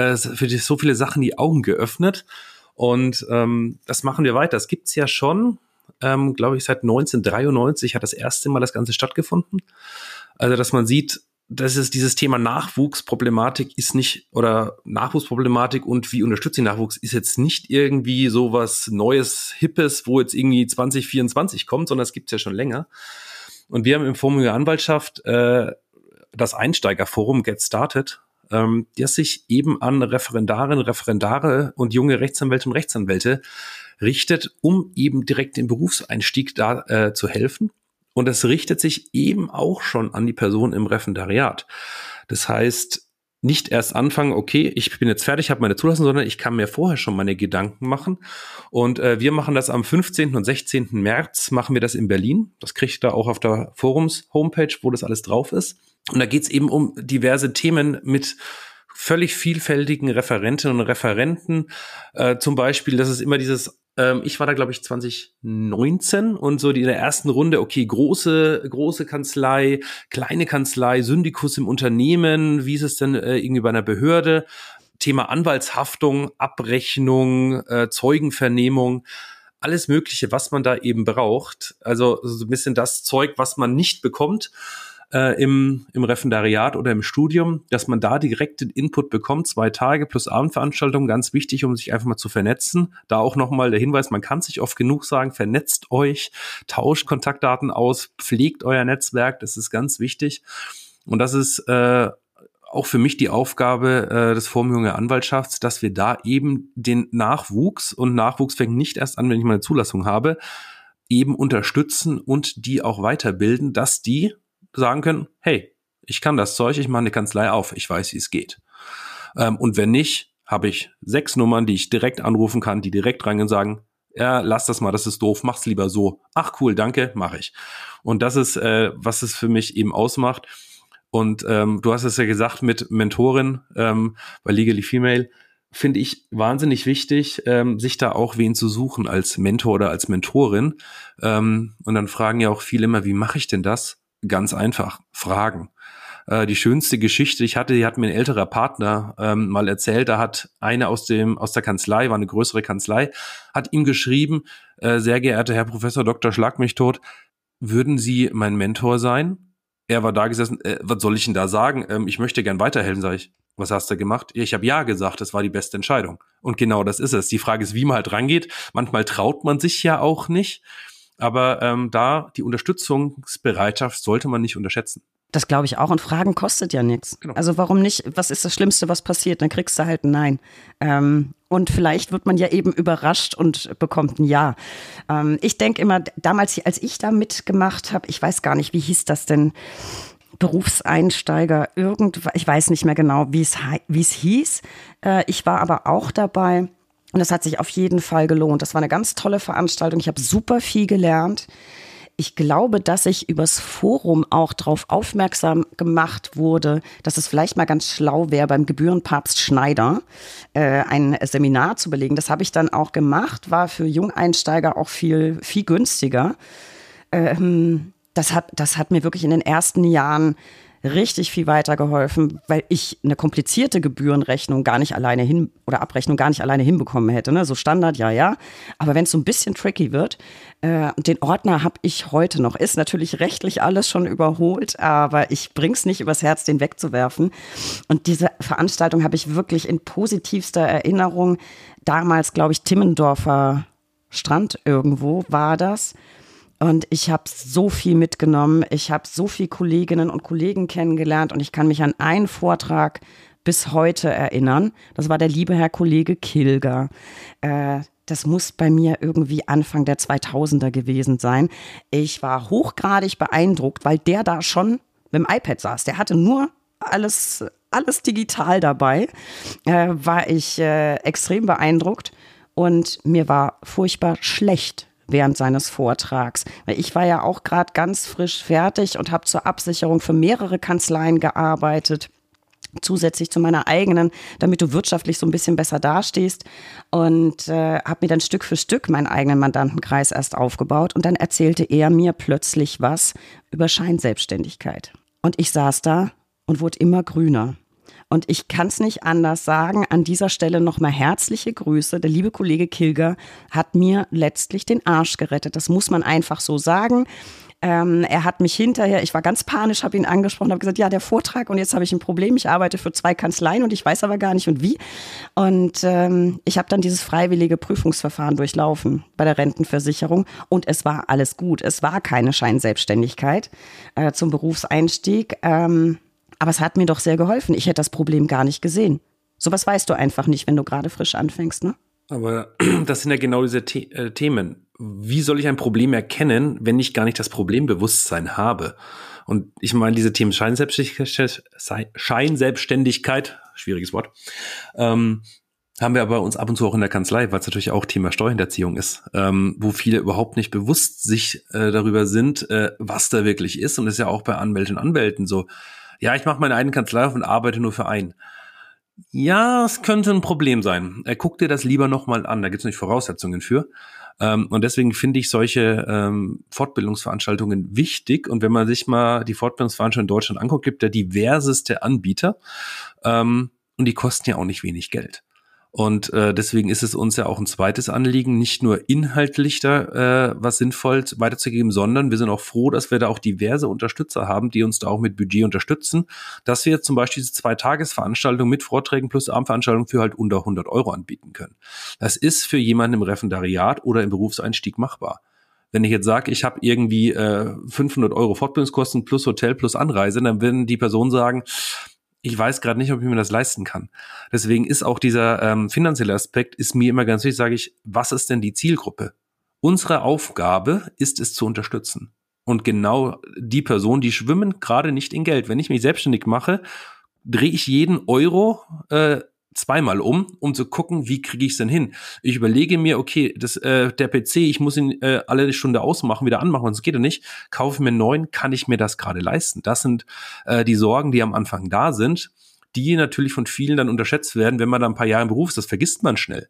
S2: Sachen die Augen geöffnet. Und das machen wir weiter. Das gibt's ja schon, glaube ich, seit 1993 hat das erste Mal das Ganze stattgefunden. Also, dass man sieht, dass es dieses Thema Nachwuchsproblematik ist nicht, oder Nachwuchsproblematik und wie unterstütze ich Nachwuchs, ist jetzt nicht irgendwie so was Neues, Hippes, wo jetzt irgendwie 2024 kommt, sondern es gibt's ja schon länger. Und wir haben im Forum der Anwaltschaft das Einsteigerforum Get Started, das sich eben an Referendarinnen, Referendare und junge Rechtsanwälte und Rechtsanwälte richtet, um eben direkt den Berufseinstieg da zu helfen. Und es richtet sich eben auch schon an die Person im Referendariat. Das heißt, nicht erst anfangen, okay, ich bin jetzt fertig, habe meine Zulassung, sondern ich kann mir vorher schon meine Gedanken machen. Und wir machen das am 15. und 16. März, machen wir das in Berlin. Das kriegt ihr auch auf der Forums-Homepage, wo das alles drauf ist. Und da geht es eben um diverse Themen mit völlig vielfältigen Referentinnen und Referenten. Zum Beispiel, das ist immer dieses, ich war da, glaube ich, 2019 und so in der ersten Runde, okay, große Kanzlei, kleine Kanzlei, Syndikus im Unternehmen, wie ist es denn irgendwie bei einer Behörde? Thema Anwaltshaftung, Abrechnung, Zeugenvernehmung, alles Mögliche, was man da eben braucht. Also so ein bisschen das Zeug, was man nicht bekommt im Referendariat oder im Studium, dass man da direkt den Input bekommt, 2 Tage plus Abendveranstaltung, ganz wichtig, um sich einfach mal zu vernetzen. Da auch nochmal der Hinweis, man kann sich oft genug sagen, vernetzt euch, tauscht Kontaktdaten aus, pflegt euer Netzwerk, das ist ganz wichtig. Und das ist auch für mich die Aufgabe des Forum Junge Anwaltschafts, dass wir da eben den Nachwuchs, und Nachwuchs fängt nicht erst an, wenn ich meine Zulassung habe, eben unterstützen und die auch weiterbilden, dass die sagen können, hey, ich kann das Zeug, ich mache eine Kanzlei auf, ich weiß, wie es geht. Und wenn nicht, habe ich 6 Nummern, die ich direkt anrufen kann, die direkt reingehen und sagen, ja, lass das mal, das ist doof, mach's lieber so. Ach cool, danke, mache ich. Und das ist, was es für mich eben ausmacht. Und du hast es ja gesagt mit Mentorin bei Legally Female, finde ich wahnsinnig wichtig, sich da auch wen zu suchen als Mentor oder als Mentorin. Und dann fragen ja auch viele immer, wie mache ich denn das? Ganz einfach, fragen. Die schönste Geschichte, die hat mir ein älterer Partner mal erzählt, da hat eine aus der Kanzlei, war eine größere Kanzlei, hat ihm geschrieben, sehr geehrter Herr Professor Dr. Schlag mich tot, würden Sie mein Mentor sein? Er war da gesessen, was soll ich denn da sagen? Ich möchte gern weiterhelfen, sage ich. Was hast du gemacht? Ich habe ja gesagt, das war die beste Entscheidung. Und genau das ist es. Die Frage ist, wie man halt rangeht. Manchmal traut man sich ja auch nicht. Aber da die Unterstützungsbereitschaft sollte man nicht unterschätzen.
S1: Das glaube ich auch. Und Fragen kostet ja nichts. Genau. Also warum nicht? Was ist das Schlimmste, was passiert? Dann kriegst du halt ein Nein. Und vielleicht wird man ja eben überrascht und bekommt ein Ja. Ich denke immer, damals, als ich da mitgemacht habe, ich weiß gar nicht, wie hieß das denn? Berufseinsteiger, ich weiß nicht mehr genau, wie es hieß. Ich war aber auch dabei. Und das hat sich auf jeden Fall gelohnt. Das war eine ganz tolle Veranstaltung. Ich habe super viel gelernt. Ich glaube, dass ich übers Forum auch darauf aufmerksam gemacht wurde, dass es vielleicht mal ganz schlau wäre, beim Gebührenpapst Schneider ein Seminar zu belegen. Das habe ich dann auch gemacht, war für Jungeinsteiger auch viel, viel günstiger. Das hat mir wirklich in den ersten Jahren richtig viel weitergeholfen, weil ich eine komplizierte Gebührenrechnung Abrechnung gar nicht alleine hinbekommen hätte. Ne? So Standard, ja. Aber wenn es so ein bisschen tricky wird, den Ordner habe ich heute noch. Ist natürlich rechtlich alles schon überholt, aber ich bring's nicht übers Herz, den wegzuwerfen. Und diese Veranstaltung habe ich wirklich in positivster Erinnerung. Damals, glaube ich, Timmendorfer Strand irgendwo war das. Und ich habe so viel mitgenommen. Ich habe so viele Kolleginnen und Kollegen kennengelernt und ich kann mich an einen Vortrag bis heute erinnern. Das war der liebe Herr Kollege Kilger. Das muss bei mir irgendwie Anfang der 2000er gewesen sein. Ich war hochgradig beeindruckt, weil der da schon mit dem iPad saß. Der hatte nur alles digital dabei. War ich extrem beeindruckt und mir war furchtbar schlecht während seines Vortrags. Ich war ja auch gerade ganz frisch fertig und habe zur Absicherung für mehrere Kanzleien gearbeitet, zusätzlich zu meiner eigenen, damit du wirtschaftlich so ein bisschen besser dastehst, und habe mir dann Stück für Stück meinen eigenen Mandantenkreis erst aufgebaut, und dann erzählte er mir plötzlich was über Scheinselbstständigkeit. Und ich saß da und wurde immer grüner. Und ich kann es nicht anders sagen, an dieser Stelle nochmal herzliche Grüße. Der liebe Kollege Kilger hat mir letztlich den Arsch gerettet. Das muss man einfach so sagen. Er hat mich hinterher, ich war ganz panisch, habe ihn angesprochen, habe gesagt, ja, der Vortrag, und jetzt habe ich ein Problem. Ich arbeite für 2 Kanzleien und ich weiß aber gar nicht und wie. Und ich habe dann dieses freiwillige Prüfungsverfahren durchlaufen bei der Rentenversicherung und es war alles gut. Es war keine Scheinselbstständigkeit zum Berufseinstieg. Aber es hat mir doch sehr geholfen. Ich hätte das Problem gar nicht gesehen. Sowas weißt du einfach nicht, wenn du gerade frisch anfängst, ne?
S2: Aber das sind ja genau diese Themen. Wie soll ich ein Problem erkennen, wenn ich gar nicht das Problembewusstsein habe? Und ich meine, diese Themen Scheinselbstständigkeit, schwieriges Wort, haben wir aber uns ab und zu auch in der Kanzlei, weil es natürlich auch Thema Steuerhinterziehung ist, wo viele überhaupt nicht bewusst sich darüber sind, was da wirklich ist. Und das ist ja auch bei Anwältinnen und Anwälten so. Ja, ich mache meine eigene Kanzlei auf und arbeite nur für einen. Ja, es könnte ein Problem sein. Guck dir das lieber nochmal an, da gibt es nicht Voraussetzungen für. Und deswegen finde ich solche Fortbildungsveranstaltungen wichtig. Und wenn man sich mal die Fortbildungsveranstaltungen in Deutschland anguckt, gibt es diverseste Anbieter. Und die kosten ja auch nicht wenig Geld. Und deswegen ist es uns ja auch ein zweites Anliegen, nicht nur inhaltlich da was sinnvoll weiterzugeben, sondern wir sind auch froh, dass wir da auch diverse Unterstützer haben, die uns da auch mit Budget unterstützen, dass wir zum Beispiel diese 2-Tages-Veranstaltung mit Vorträgen plus Abendveranstaltung für halt unter 100 € anbieten können. Das ist für jemanden im Referendariat oder im Berufseinstieg machbar. Wenn ich jetzt sage, ich habe irgendwie 500 € Fortbildungskosten plus Hotel plus Anreise, dann werden die Personen sagen, ich weiß gerade nicht, ob ich mir das leisten kann. Deswegen ist auch dieser finanzielle Aspekt ist mir immer ganz wichtig, sage ich, was ist denn die Zielgruppe? Unsere Aufgabe ist es zu unterstützen. Und genau die Personen, die schwimmen gerade nicht in Geld. Wenn ich mich selbstständig mache, drehe ich jeden Euro zweimal um zu gucken, wie kriege ich es denn hin. Ich überlege mir, okay, der PC, ich muss ihn alle Stunde ausmachen, wieder anmachen, sonst geht er nicht. Kaufe mir einen neuen, kann ich mir das gerade leisten? Das sind die Sorgen, die am Anfang da sind, die natürlich von vielen dann unterschätzt werden, wenn man da ein paar Jahre im Beruf ist. Das vergisst man schnell.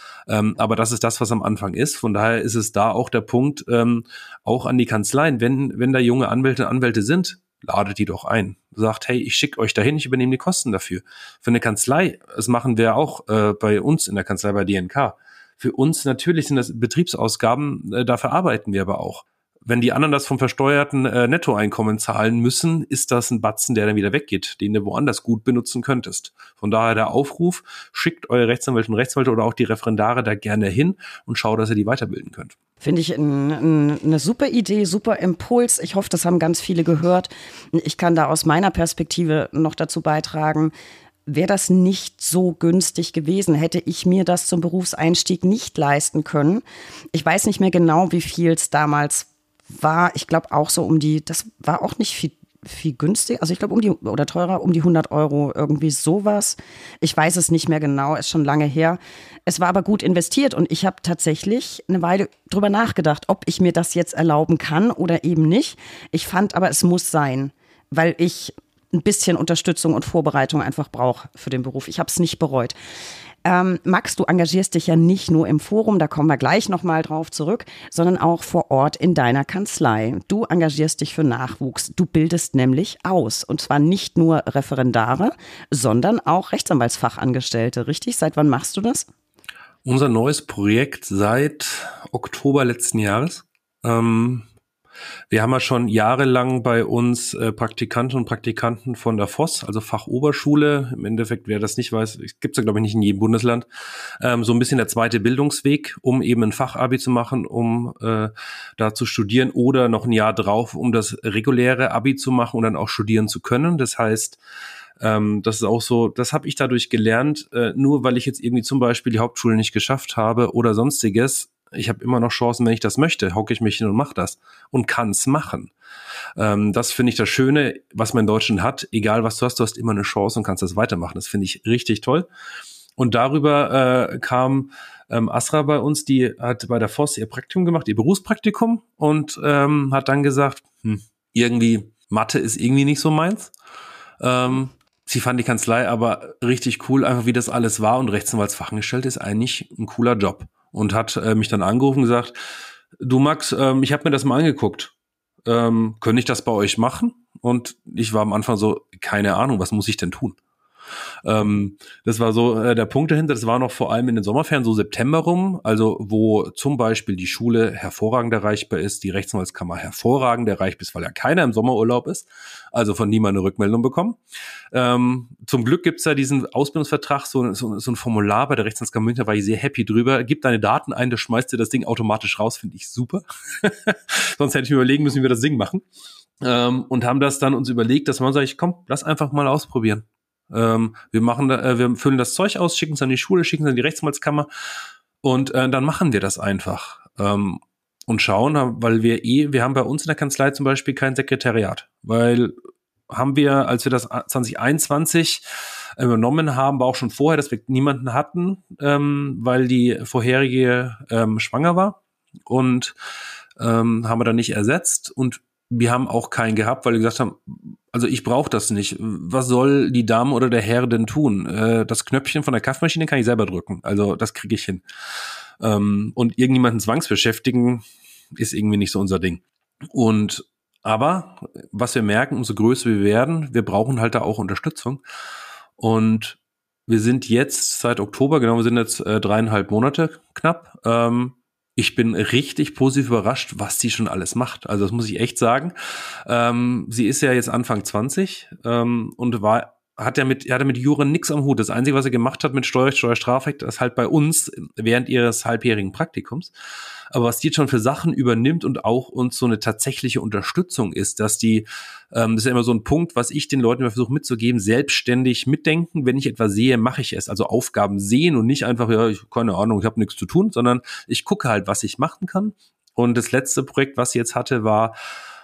S2: Aber das ist das, was am Anfang ist. Von daher ist es da auch der Punkt, auch an die Kanzleien, wenn da junge Anwälte und Anwälte sind, ladet die doch ein. Sagt, hey, ich schicke euch dahin, ich übernehme die Kosten dafür. Für eine Kanzlei, das machen wir auch bei uns in der Kanzlei bei DNK. Für uns natürlich sind das Betriebsausgaben, dafür arbeiten wir aber auch. Wenn die anderen das vom versteuerten Nettoeinkommen zahlen müssen, ist das ein Batzen, der dann wieder weggeht, den du woanders gut benutzen könntest. Von daher der Aufruf, schickt eure Rechtsanwälte und Rechtsanwälte oder auch die Referendare da gerne hin und schaut, dass ihr die weiterbilden könnt.
S1: Finde ich eine super Idee, super Impuls. Ich hoffe, das haben ganz viele gehört. Ich kann da aus meiner Perspektive noch dazu beitragen, wäre das nicht so günstig gewesen, hätte ich mir das zum Berufseinstieg nicht leisten können. Ich weiß nicht mehr genau, wie viel es damals war. Ich glaube auch so das war auch nicht viel günstig. Also ich glaube oder teurer, um die 100 €, irgendwie sowas. Ich weiß es nicht mehr genau, ist schon lange her. Es war aber gut investiert und ich habe tatsächlich eine Weile drüber nachgedacht, ob ich mir das jetzt erlauben kann oder eben nicht. Ich fand aber, es muss sein, weil ich ein bisschen Unterstützung und Vorbereitung einfach brauche für den Beruf. Ich habe es nicht bereut. Max, du engagierst dich ja nicht nur im Forum, da kommen wir gleich nochmal drauf zurück, sondern auch vor Ort in deiner Kanzlei. Du engagierst dich für Nachwuchs. Du bildest nämlich aus. Und zwar nicht nur Referendare, sondern auch Rechtsanwaltsfachangestellte, richtig? Seit wann machst du das?
S2: Unser neues Projekt seit Oktober letzten Jahres. Wir haben ja schon jahrelang bei uns Praktikanten und Praktikanten von der FOS, also Fachoberschule. Im Endeffekt, wer das nicht weiß, gibt es ja, glaube ich, nicht in jedem Bundesland. So ein bisschen der zweite Bildungsweg, um eben ein Fachabi zu machen, um da zu studieren oder noch ein Jahr drauf, um das reguläre Abi zu machen und dann auch studieren zu können. Das heißt, das ist auch so, das habe ich dadurch gelernt, nur weil ich jetzt irgendwie zum Beispiel die Hauptschule nicht geschafft habe oder sonstiges. Ich habe immer noch Chancen, wenn ich das möchte, hocke ich mich hin und mache das und kann es machen. Das finde ich das Schöne, was man in Deutschland hat. Egal, was du hast immer eine Chance und kannst das weitermachen. Das finde ich richtig toll. Und darüber kam Asra bei uns, die hat bei der FOS ihr Praktikum gemacht, ihr Berufspraktikum und hat dann gesagt, irgendwie Mathe ist irgendwie nicht so meins. Sie fand die Kanzlei aber richtig cool, einfach wie das alles war und Rechtsanwaltsfachangestellte ist eigentlich ein cooler Job. Und hat mich dann angerufen und gesagt, du Max, ich habe mir das mal angeguckt. Könnte ich das bei euch machen? Und ich war am Anfang so, keine Ahnung, was muss ich denn tun? Das war so der Punkt dahinter. Das war noch vor allem in den Sommerferien, so September rum, also wo zum Beispiel die Schule hervorragend erreichbar ist, die Rechtsanwaltskammer hervorragend erreichbar ist, weil ja keiner im Sommerurlaub ist, also von niemandem eine Rückmeldung bekommen. Zum Glück gibt's ja diesen Ausbildungsvertrag, so ein Formular bei der Rechtsanwaltskammer München, da war ich sehr happy drüber. Gib deine Daten ein, da schmeißt dir das Ding automatisch raus, finde ich super. Sonst hätte ich mir überlegen müssen, wie wir das Ding machen. Und haben das dann uns überlegt, dass man sagt, komm, lass einfach mal ausprobieren. Wir füllen das Zeug aus, schicken es an die Schule, schicken es an die Rechtsanwaltskammer und dann machen wir das einfach und schauen, weil wir haben bei uns in der Kanzlei zum Beispiel kein Sekretariat, weil haben wir, als wir das 2021 übernommen haben, war auch schon vorher, dass wir niemanden hatten, weil die vorherige schwanger war und haben wir dann nicht ersetzt und wir haben auch keinen gehabt, weil wir gesagt haben, also ich brauche das nicht. Was soll die Dame oder der Herr denn tun? Das Knöpfchen von der Kaffeemaschine kann ich selber drücken. Also das kriege ich hin. Und irgendjemanden zwangsbeschäftigen ist irgendwie nicht so unser Ding. Aber was wir merken, umso größer wir werden, wir brauchen halt da auch Unterstützung. Und wir sind jetzt seit Oktober, genau, wir sind jetzt 3,5 Monate knapp, ich bin richtig positiv überrascht, was sie schon alles macht. Also das muss ich echt sagen. Sie ist ja jetzt Anfang 20 und hat ja mit Jura nix am Hut. Das Einzige, was sie gemacht hat mit Steuerstrafrecht, ist halt bei uns während ihres halbjährigen Praktikums. Aber was die jetzt schon für Sachen übernimmt und auch uns so eine tatsächliche Unterstützung ist, dass die, das ist ja immer so ein Punkt, was ich den Leuten immer versuche mitzugeben, selbstständig mitdenken. Wenn ich etwas sehe, mache ich es. Also Aufgaben sehen und nicht einfach, ja, keine Ahnung, ich habe nichts zu tun, sondern ich gucke halt, was ich machen kann. Und das letzte Projekt, was sie jetzt hatte, war,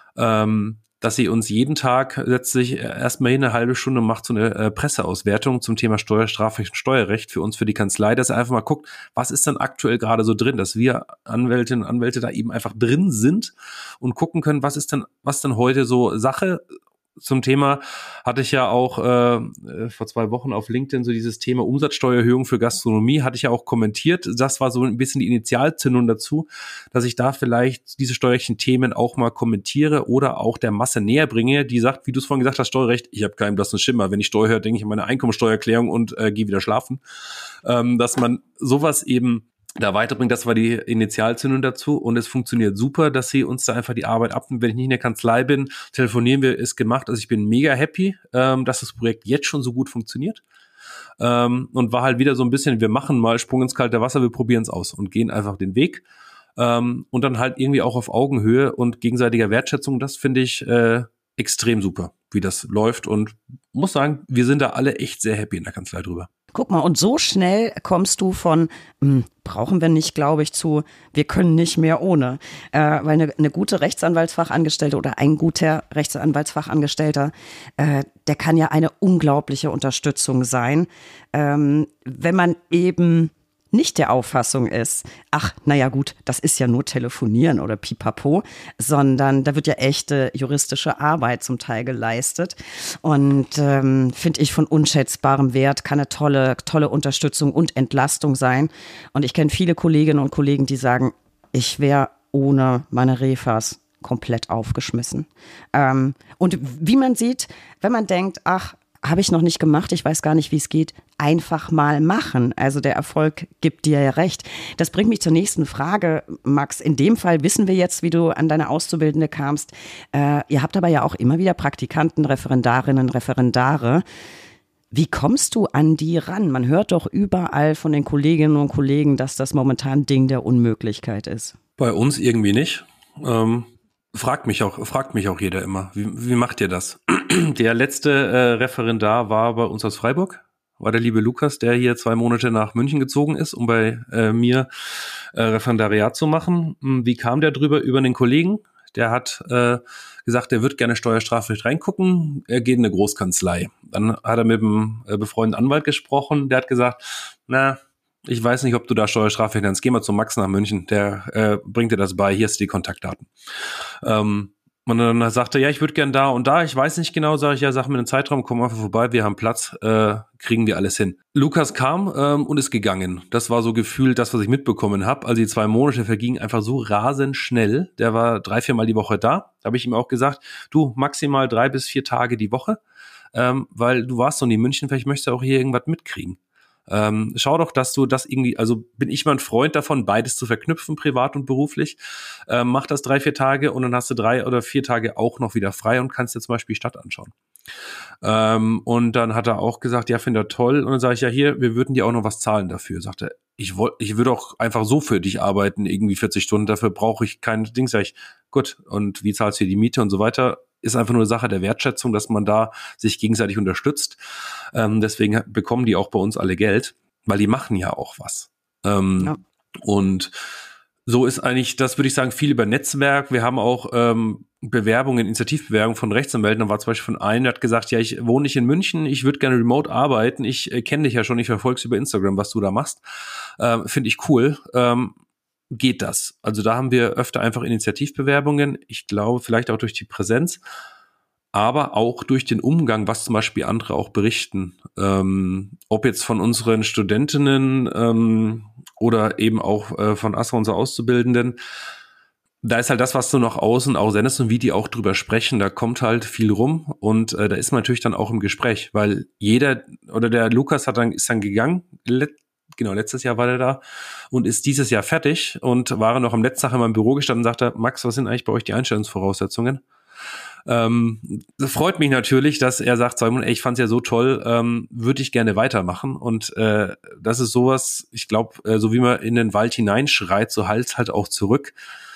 S2: dass sie uns jeden Tag setzt sich erstmal hin, eine halbe Stunde und macht so eine Presseauswertung zum Thema Steuerstrafrecht und Steuerrecht für uns, für die Kanzlei, dass er einfach mal guckt, was ist dann aktuell gerade so drin, dass wir Anwältinnen und Anwälte da eben einfach drin sind und gucken können, was denn heute so Sache. Zum Thema hatte ich ja auch vor 2 Wochen auf LinkedIn so dieses Thema Umsatzsteuererhöhung für Gastronomie, hatte ich ja auch kommentiert. Das war so ein bisschen die Initialzündung dazu, dass ich da vielleicht diese steuerlichen Themen auch mal kommentiere oder auch der Masse näher bringe, die sagt, wie du es vorhin gesagt hast, Steuerrecht, ich habe keinen blassen Schimmer. Wenn ich Steuer höre, denke ich an meine Einkommensteuererklärung und gehe wieder schlafen. Dass man sowas eben da weiterbringt, das war die Initialzündung dazu und es funktioniert super, dass sie uns da einfach die Arbeit abnimmt. Wenn ich nicht in der Kanzlei bin, telefonieren wir, ist gemacht. Also ich bin mega happy, dass das Projekt jetzt schon so gut funktioniert und war halt wieder so ein bisschen, wir machen mal Sprung ins kalte Wasser, wir probieren es aus und gehen einfach den Weg und dann halt irgendwie auch auf Augenhöhe und gegenseitiger Wertschätzung. Das finde ich extrem super, wie das läuft und muss sagen, wir sind da alle echt sehr happy in der Kanzlei drüber.
S1: Guck mal, und so schnell kommst du von, brauchen wir nicht, glaube ich, zu, wir können nicht mehr ohne. Weil eine gute Rechtsanwaltsfachangestellte oder ein guter Rechtsanwaltsfachangestellter, der kann ja eine unglaubliche Unterstützung sein, wenn man eben nicht der Auffassung ist, ach, naja gut, das ist ja nur Telefonieren oder Pipapo, sondern da wird ja echte juristische Arbeit zum Teil geleistet und finde ich von unschätzbarem Wert, kann eine tolle Unterstützung und Entlastung sein. Und ich kenne viele Kolleginnen und Kollegen, die sagen, ich wäre ohne meine Refas komplett aufgeschmissen. Und wie man sieht, wenn man denkt, ach, habe ich noch nicht gemacht, ich weiß gar nicht, wie es geht, einfach mal machen. Also der Erfolg gibt dir ja recht. Das bringt mich zur nächsten Frage, Max. In dem Fall wissen wir jetzt, wie du an deine Auszubildende kamst. Ihr habt aber ja auch immer wieder Praktikanten, Referendarinnen, Referendare. Wie kommst du an die ran? Man hört doch überall von den Kolleginnen und Kollegen, dass das momentan Ding der Unmöglichkeit ist.
S2: Bei uns irgendwie nicht. Fragt mich auch jeder immer, wie macht ihr das? Der letzte Referendar war bei uns aus Freiburg, war der liebe Lukas, der hier 2 Monate nach München gezogen ist, um bei mir Referendariat zu machen. Wie kam der drüber? Über einen Kollegen, der hat gesagt, er wird gerne Steuerstrafrecht reingucken, er geht in eine Großkanzlei. Dann hat er mit einem befreundeten Anwalt gesprochen, der hat gesagt, ich weiß nicht, ob du da Steuerstrafrecht nennst. Geh mal zum Max nach München, der bringt dir das bei, hier ist die Kontaktdaten. Und dann sagte er, ja, ich würde gern da und da, ich weiß nicht genau, sage ich, ja, sag mir einen Zeitraum, komm einfach vorbei, wir haben Platz, kriegen wir alles hin. Lukas kam und ist gegangen. Das war so gefühlt das, was ich mitbekommen habe. Also die 2 Monate vergingen einfach so rasend schnell. Der war 3-4 Mal die Woche da. Da habe ich ihm auch gesagt, du, maximal 3 bis 4 Tage die Woche, weil du warst noch nie in München, vielleicht möchtest du auch hier irgendwas mitkriegen. Schau doch, dass du das irgendwie, also bin ich mal ein Freund davon, beides zu verknüpfen, privat und beruflich. Mach das 3-4 Tage und dann hast du 3 oder 4 Tage auch noch wieder frei und kannst dir zum Beispiel die Stadt anschauen. Und dann hat er auch gesagt, ja, finde er toll. Und dann sage ich, ja, hier, wir würden dir auch noch was zahlen dafür. Sagt er, ich würde auch einfach so für dich arbeiten, irgendwie 40 Stunden, dafür brauche ich kein Ding. Sag ich, gut, und wie zahlst du die Miete und so weiter? Ist einfach nur eine Sache der Wertschätzung, dass man da sich gegenseitig unterstützt. Deswegen bekommen die auch bei uns alle Geld, weil die machen ja auch was. Ja. Und so ist eigentlich, das würde ich sagen, viel über Netzwerk. Wir haben auch Bewerbungen, Initiativbewerbungen von Rechtsanwälten. Da war zum Beispiel von einem, der hat gesagt, ja, ich wohne nicht in München, ich würde gerne remote arbeiten. Ich kenne dich ja schon, ich verfolge es über Instagram, was du da machst. Finde ich cool. Geht das? Also da haben wir öfter einfach Initiativbewerbungen. Ich glaube, vielleicht auch durch die Präsenz, aber auch durch den Umgang, was zum Beispiel andere auch berichten. Ob jetzt von unseren Studentinnen oder eben auch von Astra, unserer Auszubildenden. Da ist halt das, was du nach außen auch sendest und wie die auch drüber sprechen, da kommt halt viel rum und da ist man natürlich dann auch im Gespräch, weil jeder, oder der Lukas ist dann gegangen, letztes Jahr war der da und ist dieses Jahr fertig und war noch am letzten Tag in meinem Büro gestanden und sagte, Max, was sind eigentlich bei euch die Einstellungsvoraussetzungen? Das freut mich natürlich, dass er sagt, Simon, ey, ich fand's ja so toll, würde ich gerne weitermachen und das ist sowas, ich glaube, so wie man in den Wald hineinschreit, so halt's halt auch zurück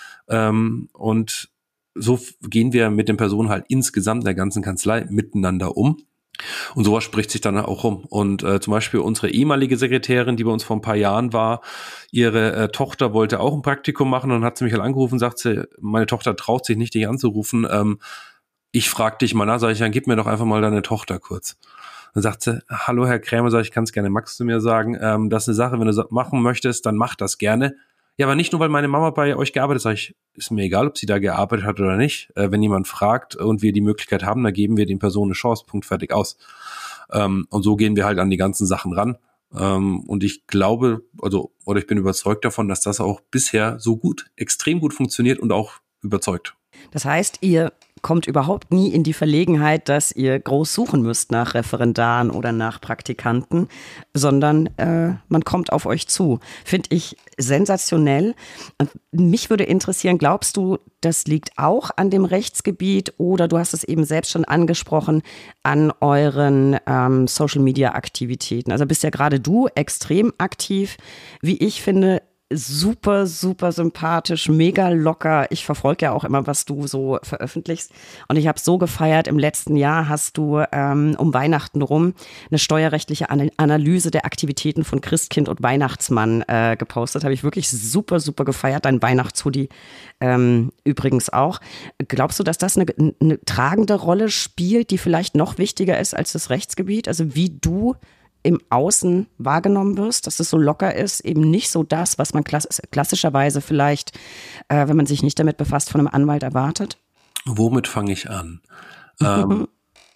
S2: und so gehen wir mit den Personen halt insgesamt der ganzen Kanzlei miteinander um. Und sowas spricht sich dann auch rum. Und zum Beispiel unsere ehemalige Sekretärin, die bei uns vor ein paar Jahren war, ihre Tochter wollte auch ein Praktikum machen und dann hat sie mich halt angerufen und sagt sie, meine Tochter traut sich nicht, dich anzurufen. Ich frag dich mal nach, sag ich, dann gib mir doch einfach mal deine Tochter kurz. Dann sagt sie, hallo Herr Krämer, sag ich, kann es gerne Max zu mir sagen, das ist eine Sache, wenn du machen möchtest, dann mach das gerne. Ja, aber nicht nur, weil meine Mama bei euch gearbeitet hat, sage ich, ist mir egal, ob sie da gearbeitet hat oder nicht. Wenn jemand fragt und wir die Möglichkeit haben, dann geben wir den Personen eine Chance, Punkt, fertig, aus. Und so gehen wir halt an die ganzen Sachen ran. Und ich glaube, oder ich bin überzeugt davon, dass das auch bisher so gut, extrem gut funktioniert und auch überzeugt.
S1: Das heißt, ihr kommt überhaupt nie in die Verlegenheit, dass ihr groß suchen müsst nach Referendaren oder nach Praktikanten, sondern man kommt auf euch zu. Finde ich sensationell. Mich würde interessieren, glaubst du, das liegt auch an dem Rechtsgebiet oder du hast es eben selbst schon angesprochen, an euren Social-Media-Aktivitäten? Also bist ja gerade du extrem aktiv, wie ich finde, super, super sympathisch, mega locker. Ich verfolge ja auch immer, was du so veröffentlichst. Und ich habe so gefeiert, im letzten Jahr hast du um Weihnachten rum eine steuerrechtliche Analyse der Aktivitäten von Christkind und Weihnachtsmann gepostet. Habe ich wirklich super, super gefeiert. Dein Weihnachtshoodie übrigens auch. Glaubst du, dass das eine tragende Rolle spielt, die vielleicht noch wichtiger ist als das Rechtsgebiet? Also wie du im Außen wahrgenommen wirst, dass es so locker ist, eben nicht so das, was man klassischerweise vielleicht, wenn man sich nicht damit befasst, von einem Anwalt erwartet?
S2: Womit fange ich an?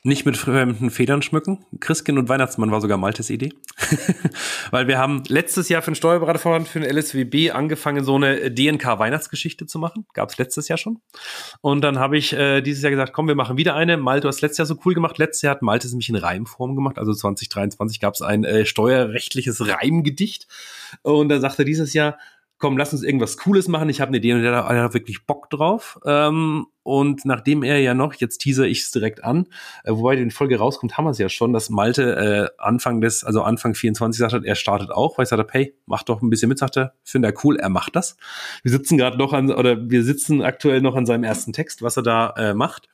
S2: Nicht mit fremden Federn schmücken. Christkind und Weihnachtsmann war sogar Maltes Idee. Weil wir haben letztes Jahr für den Steuerberaterverband, für den LSWB angefangen, so eine DNK-Weihnachtsgeschichte zu machen. Gab es letztes Jahr schon. Und dann habe ich dieses Jahr gesagt, komm, wir machen wieder eine. Malte, du hast letztes Jahr so cool gemacht. Letztes Jahr hat Malte es nämlich in Reimform gemacht. Also 2023 gab es ein steuerrechtliches Reimgedicht. Und dann sagte er dieses Jahr, komm, lass uns irgendwas Cooles machen. Ich habe eine Idee und der hat wirklich Bock drauf. Und nachdem er ja noch, jetzt teaser ich es direkt an, wobei die Folge rauskommt, haben wir es ja schon, dass Malte Anfang 24 gesagt hat, er startet auch, weil ich sagte, hey, mach doch ein bisschen mit, sagt er, finde er cool, er macht das. Wir sitzen aktuell noch an seinem ersten Text, was er da macht.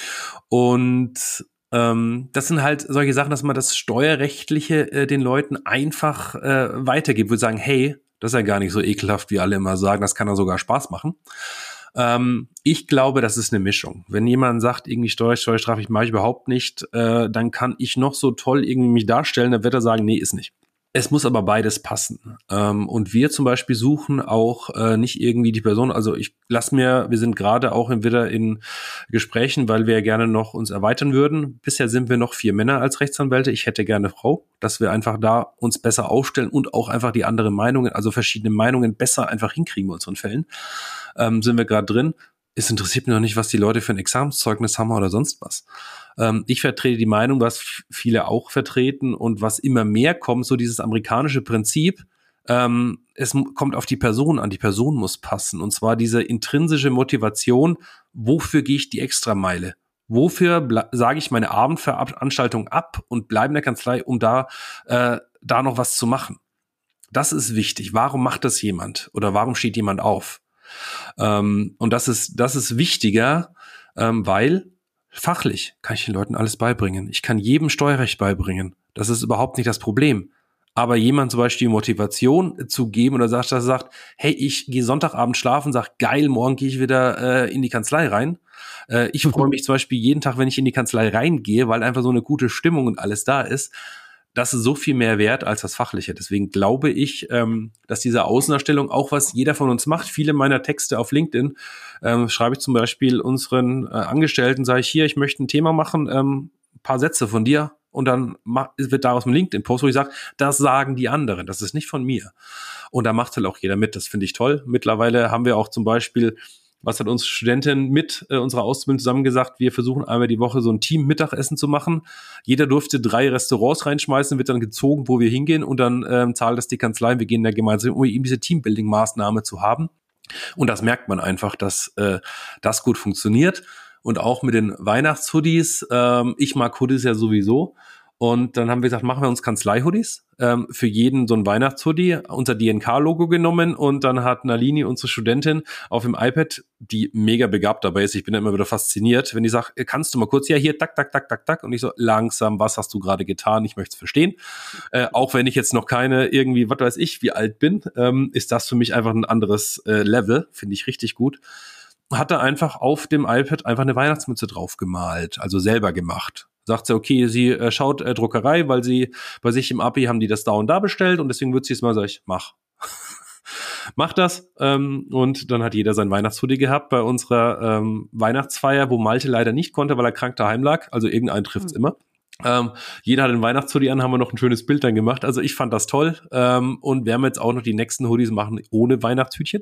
S2: Und das sind halt solche Sachen, dass man das Steuerrechtliche den Leuten einfach weitergibt, würde sagen, hey, das ist ja gar nicht so ekelhaft, wie alle immer sagen. Das kann ja sogar Spaß machen. Ich glaube, das ist eine Mischung. Wenn jemand sagt, irgendwie Steuerstrafe, ich mache ich überhaupt nicht, dann kann ich noch so toll irgendwie mich darstellen, dann wird er sagen, nee, ist nicht. Es muss aber beides passen. Und wir zum Beispiel suchen auch nicht irgendwie die Person, also wir sind gerade auch wieder in Gesprächen, weil wir ja gerne noch uns erweitern würden. Bisher sind wir noch 4 Männer als Rechtsanwälte. Ich hätte gerne Frau, dass wir einfach da uns besser aufstellen und auch einfach die anderen Meinungen, also verschiedene Meinungen besser einfach hinkriegen in unseren Fällen. Sind wir gerade drin. Es interessiert mich noch nicht, was die Leute für ein Examenszeugnis haben oder sonst was. Ich vertrete die Meinung, was viele auch vertreten und was immer mehr kommt, so dieses amerikanische Prinzip, es kommt auf die Person an, die Person muss passen. Und zwar diese intrinsische Motivation, wofür gehe ich die Extrameile? Wofür sage ich meine Abendveranstaltung ab und bleibe in der Kanzlei, um da noch was zu machen? Das ist wichtig. Warum macht das jemand? Oder warum steht jemand auf? Und das ist wichtiger, weil fachlich kann ich den Leuten alles beibringen. Ich kann jedem Steuerrecht beibringen. Das ist überhaupt nicht das Problem. Aber jemand zum Beispiel Motivation zu geben oder dass er sagt, hey, ich gehe Sonntagabend schlafen, sag geil, morgen gehe ich wieder in die Kanzlei rein. Ich freue mich zum Beispiel jeden Tag, wenn ich in die Kanzlei reingehe, weil einfach so eine gute Stimmung und alles da ist. Das ist so viel mehr wert als das Fachliche. Deswegen glaube ich, dass diese Außendarstellung, auch was jeder von uns macht, viele meiner Texte auf LinkedIn, schreibe ich zum Beispiel unseren Angestellten, sage ich hier, ich möchte ein Thema machen, ein paar Sätze von dir und dann wird daraus ein LinkedIn-Post, wo ich sage, das sagen die anderen, das ist nicht von mir. Und da macht halt auch jeder mit, das finde ich toll. Mittlerweile haben wir auch zum Beispiel, was hat uns Studentin mit unserer Ausbildung zusammen gesagt, wir versuchen einmal die Woche so ein Team-Mittagessen zu machen. Jeder durfte 3 Restaurants reinschmeißen, wird dann gezogen, wo wir hingehen und dann zahlt das die Kanzlei. Wir gehen da gemeinsam, um eben diese Teambuilding-Maßnahme zu haben. Und das merkt man einfach, dass das gut funktioniert. Und auch mit den Weihnachtshoodies. Ich mag Hoodies ja sowieso. Und dann haben wir gesagt, machen wir uns Kanzlei-Hoodies. Für jeden so ein Weihnachtshoodie, unser DNK-Logo genommen. Und dann hat Nalini, unsere Studentin, auf dem iPad, die mega begabt dabei ist, ich bin da immer wieder fasziniert, wenn die sagt, kannst du mal kurz, ja hier, tak, tak, tak, tak, tak. Und ich so, langsam, was hast du gerade getan? Ich möchte es verstehen. Auch wenn ich jetzt noch keine irgendwie, was weiß ich, wie alt bin, ist das für mich einfach ein anderes Level. Finde ich richtig gut. Hat er einfach auf dem iPad einfach eine Weihnachtsmütze drauf gemalt, also selber gemacht. Sagt sie, okay, sie schaut Druckerei, weil sie bei sich im Abi haben die das da und da bestellt und deswegen wird sie es mal, sag ich, mach. Mach das. Und dann hat jeder sein Weihnachtshoodie gehabt bei unserer Weihnachtsfeier, wo Malte leider nicht konnte, weil er krank daheim lag. Also irgendeinen trifft's immer. Jeder hat den Weihnachtshoodie an, haben wir noch ein schönes Bild dann gemacht. Also ich fand das toll. Und werden wir jetzt auch noch die nächsten Hoodies machen ohne Weihnachtshütchen.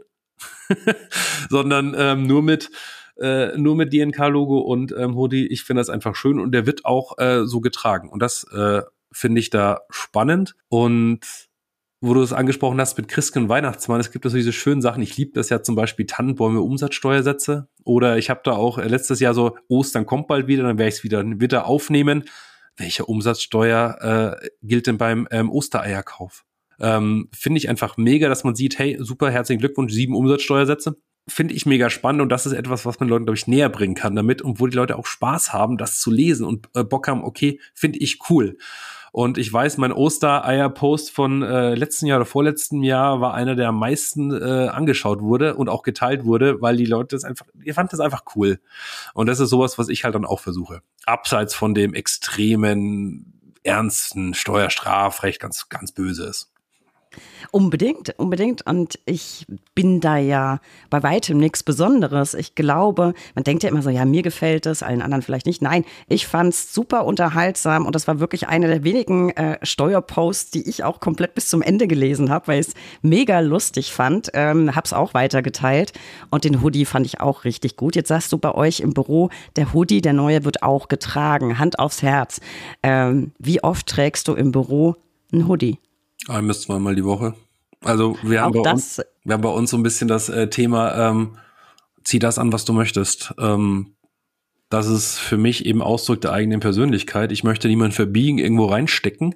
S2: Sondern nur mit DNK-Logo und Hoodie. Ich finde das einfach schön und der wird auch so getragen. Und das finde ich da spannend. Und wo du es angesprochen hast mit Christkind und Weihnachtsmann, es gibt so diese schönen Sachen. Ich liebe das ja zum Beispiel Tannenbäume, Umsatzsteuersätze. Oder ich habe da auch letztes Jahr so, Ostern kommt bald wieder, dann werde ich es wieder aufnehmen. Welche Umsatzsteuer gilt denn beim Ostereierkauf? Finde ich einfach mega, dass man sieht, hey, super, herzlichen Glückwunsch, 7 Umsatzsteuersätze. Finde ich mega spannend und das ist etwas, was man Leuten, glaube ich, näher bringen kann damit und wo die Leute auch Spaß haben, das zu lesen und Bock haben, okay, finde ich cool. Und ich weiß, mein Ostereier-Post von letzten Jahr oder vorletzten Jahr war einer, der am meisten angeschaut wurde und auch geteilt wurde, weil die Leute ihr fanden das einfach cool. Und das ist sowas, was ich halt dann auch versuche. Abseits von dem extremen, ernsten Steuerstrafrecht, ganz, ganz böse ist.
S1: Unbedingt, unbedingt. Und ich bin da ja bei weitem nichts Besonderes. Ich glaube, man denkt ja immer so, ja, mir gefällt es, allen anderen vielleicht nicht. Nein, ich fand's super unterhaltsam und das war wirklich eine der wenigen Steuerposts, die ich auch komplett bis zum Ende gelesen habe, weil ich es mega lustig fand. Hab's auch weitergeteilt und den Hoodie fand ich auch richtig gut. Jetzt sagst du bei euch im Büro, der Hoodie, der neue, wird auch getragen. Hand aufs Herz. Wie oft trägst du im Büro einen Hoodie?
S2: Ein bis zweimal die Woche. Also wir haben bei uns so ein bisschen das Thema, zieh das an, was du möchtest. Das ist für mich eben Ausdruck der eigenen Persönlichkeit. Ich möchte niemanden verbiegen, irgendwo reinstecken.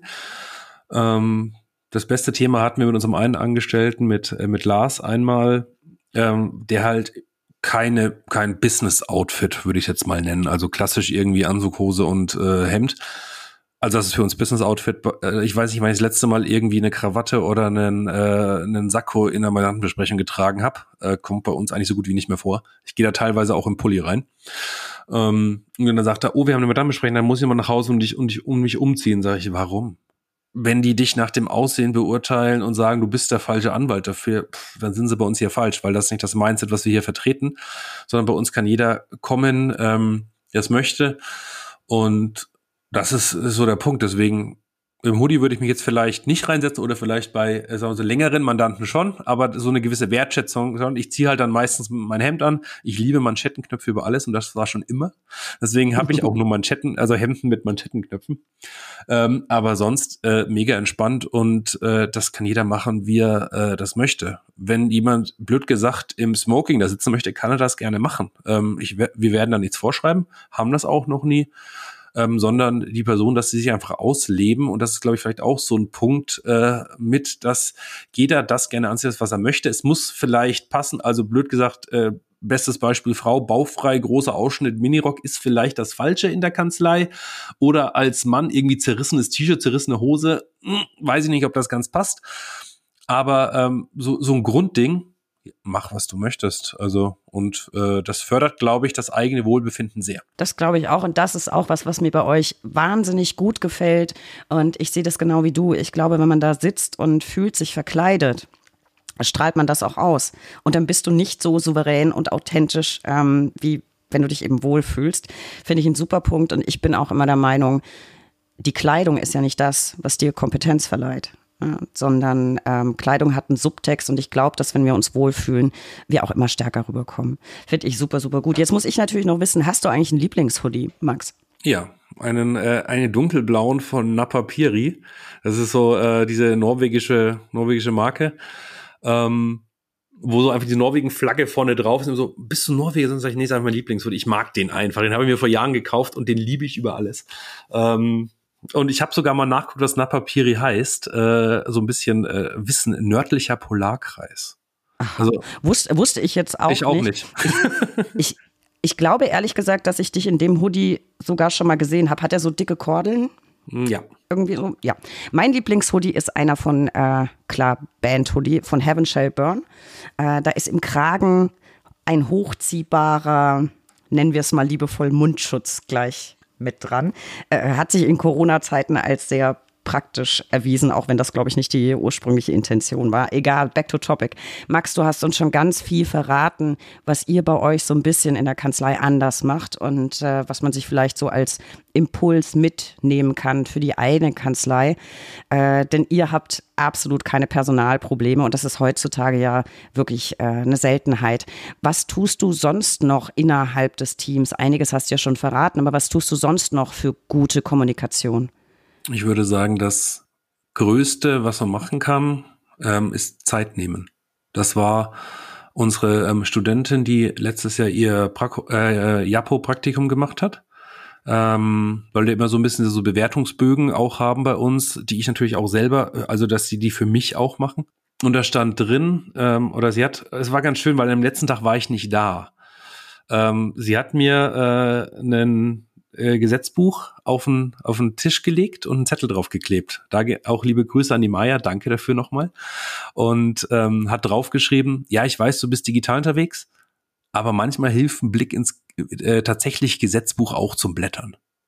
S2: Das beste Thema hatten wir mit unserem einen Angestellten, mit Lars einmal, der halt kein Business-Outfit, würde ich jetzt mal nennen. Also klassisch irgendwie Anzug, Hose und Hemd. Also das ist für uns Business-Outfit. Ich weiß nicht, wann ich das letzte Mal irgendwie eine Krawatte oder einen Sakko in einer Mandantenbesprechung getragen habe. Kommt bei uns eigentlich so gut wie nicht mehr vor. Ich gehe da teilweise auch im Pulli rein. Und dann sagt er, wir haben eine Mandantenbesprechung, dann muss ich mal nach Hause und mich umziehen. Sage ich, warum? Wenn die dich nach dem Aussehen beurteilen und sagen, du bist der falsche Anwalt dafür, dann sind sie bei uns hier falsch, weil das ist nicht das Mindset, was wir hier vertreten, sondern bei uns kann jeder kommen, der es möchte. Und das ist so der Punkt. Deswegen im Hoodie würde ich mich jetzt vielleicht nicht reinsetzen oder vielleicht bei sagen wir so längeren Mandanten schon, aber so eine gewisse Wertschätzung. Ich ziehe halt dann meistens mein Hemd an. Ich liebe Manschettenknöpfe über alles und das war schon immer. Deswegen habe ich auch nur Hemden mit Manschettenknöpfen. Aber sonst mega entspannt und das kann jeder machen, wie er das möchte. Wenn jemand, blöd gesagt, im Smoking da sitzen möchte, kann er das gerne machen. Wir werden da nichts vorschreiben, haben das auch noch nie. Sondern die Person, dass sie sich einfach ausleben. Und das ist, glaube ich, vielleicht auch so ein Punkt dass jeder das gerne anzieht, was er möchte. Es muss vielleicht passen. Also blöd gesagt, bestes Beispiel Frau, bauchfrei, großer Ausschnitt, Minirock ist vielleicht das Falsche in der Kanzlei. Oder als Mann irgendwie zerrissenes T-Shirt, zerrissene Hose. Weiß ich nicht, ob das ganz passt. Aber so ein Grundding, mach, was du möchtest. Also, und das fördert, glaube ich, das eigene Wohlbefinden sehr.
S1: Das glaube ich auch. Und das ist auch was mir bei euch wahnsinnig gut gefällt. Und ich sehe das genau wie du. Ich glaube, wenn man da sitzt und fühlt sich verkleidet, strahlt man das auch aus. Und dann bist du nicht so souverän und authentisch, wie wenn du dich eben wohlfühlst. Finde ich ein super Punkt. Und ich bin auch immer der Meinung, die Kleidung ist ja nicht das, was dir Kompetenz verleiht. Ja, sondern Kleidung hat einen Subtext und ich glaube, dass wenn wir uns wohlfühlen, wir auch immer stärker rüberkommen. Finde ich super, super gut. Jetzt muss ich natürlich noch wissen, hast du eigentlich einen Lieblingshoodie, Max?
S2: Ja, eine dunkelblauen von Napapiri. Das ist so diese norwegische Marke, wo so einfach die Norwegen-Flagge vorne drauf ist. Und so, bist du Norweger? Sonst sage ich, nee, ist einfach mein Lieblingshoodie. Ich mag den einfach. Den habe ich mir vor Jahren gekauft und den liebe ich über alles. Und ich habe sogar mal nachgeguckt, was Napapiri heißt. So ein bisschen Wissen, nördlicher Polarkreis.
S1: Also wusste ich jetzt auch nicht.
S2: Ich auch nicht.
S1: Ich glaube ehrlich gesagt, dass ich dich in dem Hoodie sogar schon mal gesehen habe. Hat er so dicke Kordeln?
S2: Ja.
S1: Irgendwie so, ja. Mein Lieblingshoodie ist einer von, Band-Hoodie von Heaven Shall Burn. Da ist im Kragen ein hochziehbarer, nennen wir es mal liebevoll, Mundschutz gleich mit dran. Hat sich in Corona-Zeiten als sehr praktisch erwiesen, auch wenn das, glaube ich, nicht die ursprüngliche Intention war. Egal, back to topic. Max, du hast uns schon ganz viel verraten, was ihr bei euch so ein bisschen in der Kanzlei anders macht und was man sich vielleicht so als Impuls mitnehmen kann für die eigene Kanzlei. Denn ihr habt absolut keine Personalprobleme und das ist heutzutage ja wirklich eine Seltenheit. Was tust du sonst noch innerhalb des Teams? Einiges hast du ja schon verraten, aber was tust du sonst noch für gute Kommunikation?
S2: Ich würde sagen, das Größte, was man machen kann, ist Zeit nehmen. Das war unsere Studentin, die letztes Jahr ihr Japo-Praktikum gemacht hat, weil wir immer so ein bisschen so Bewertungsbögen auch haben bei uns, die ich natürlich auch selber, also dass sie die für mich auch machen. Und da stand drin, es war ganz schön, weil am letzten Tag war ich nicht da. Sie hat mir einen Gesetzbuch auf den Tisch gelegt und einen Zettel draufgeklebt. Da auch liebe Grüße an die Maya, danke dafür nochmal. Und hat draufgeschrieben, ja, ich weiß, du bist digital unterwegs, aber manchmal hilft ein Blick ins tatsächlich Gesetzbuch auch zum Blättern.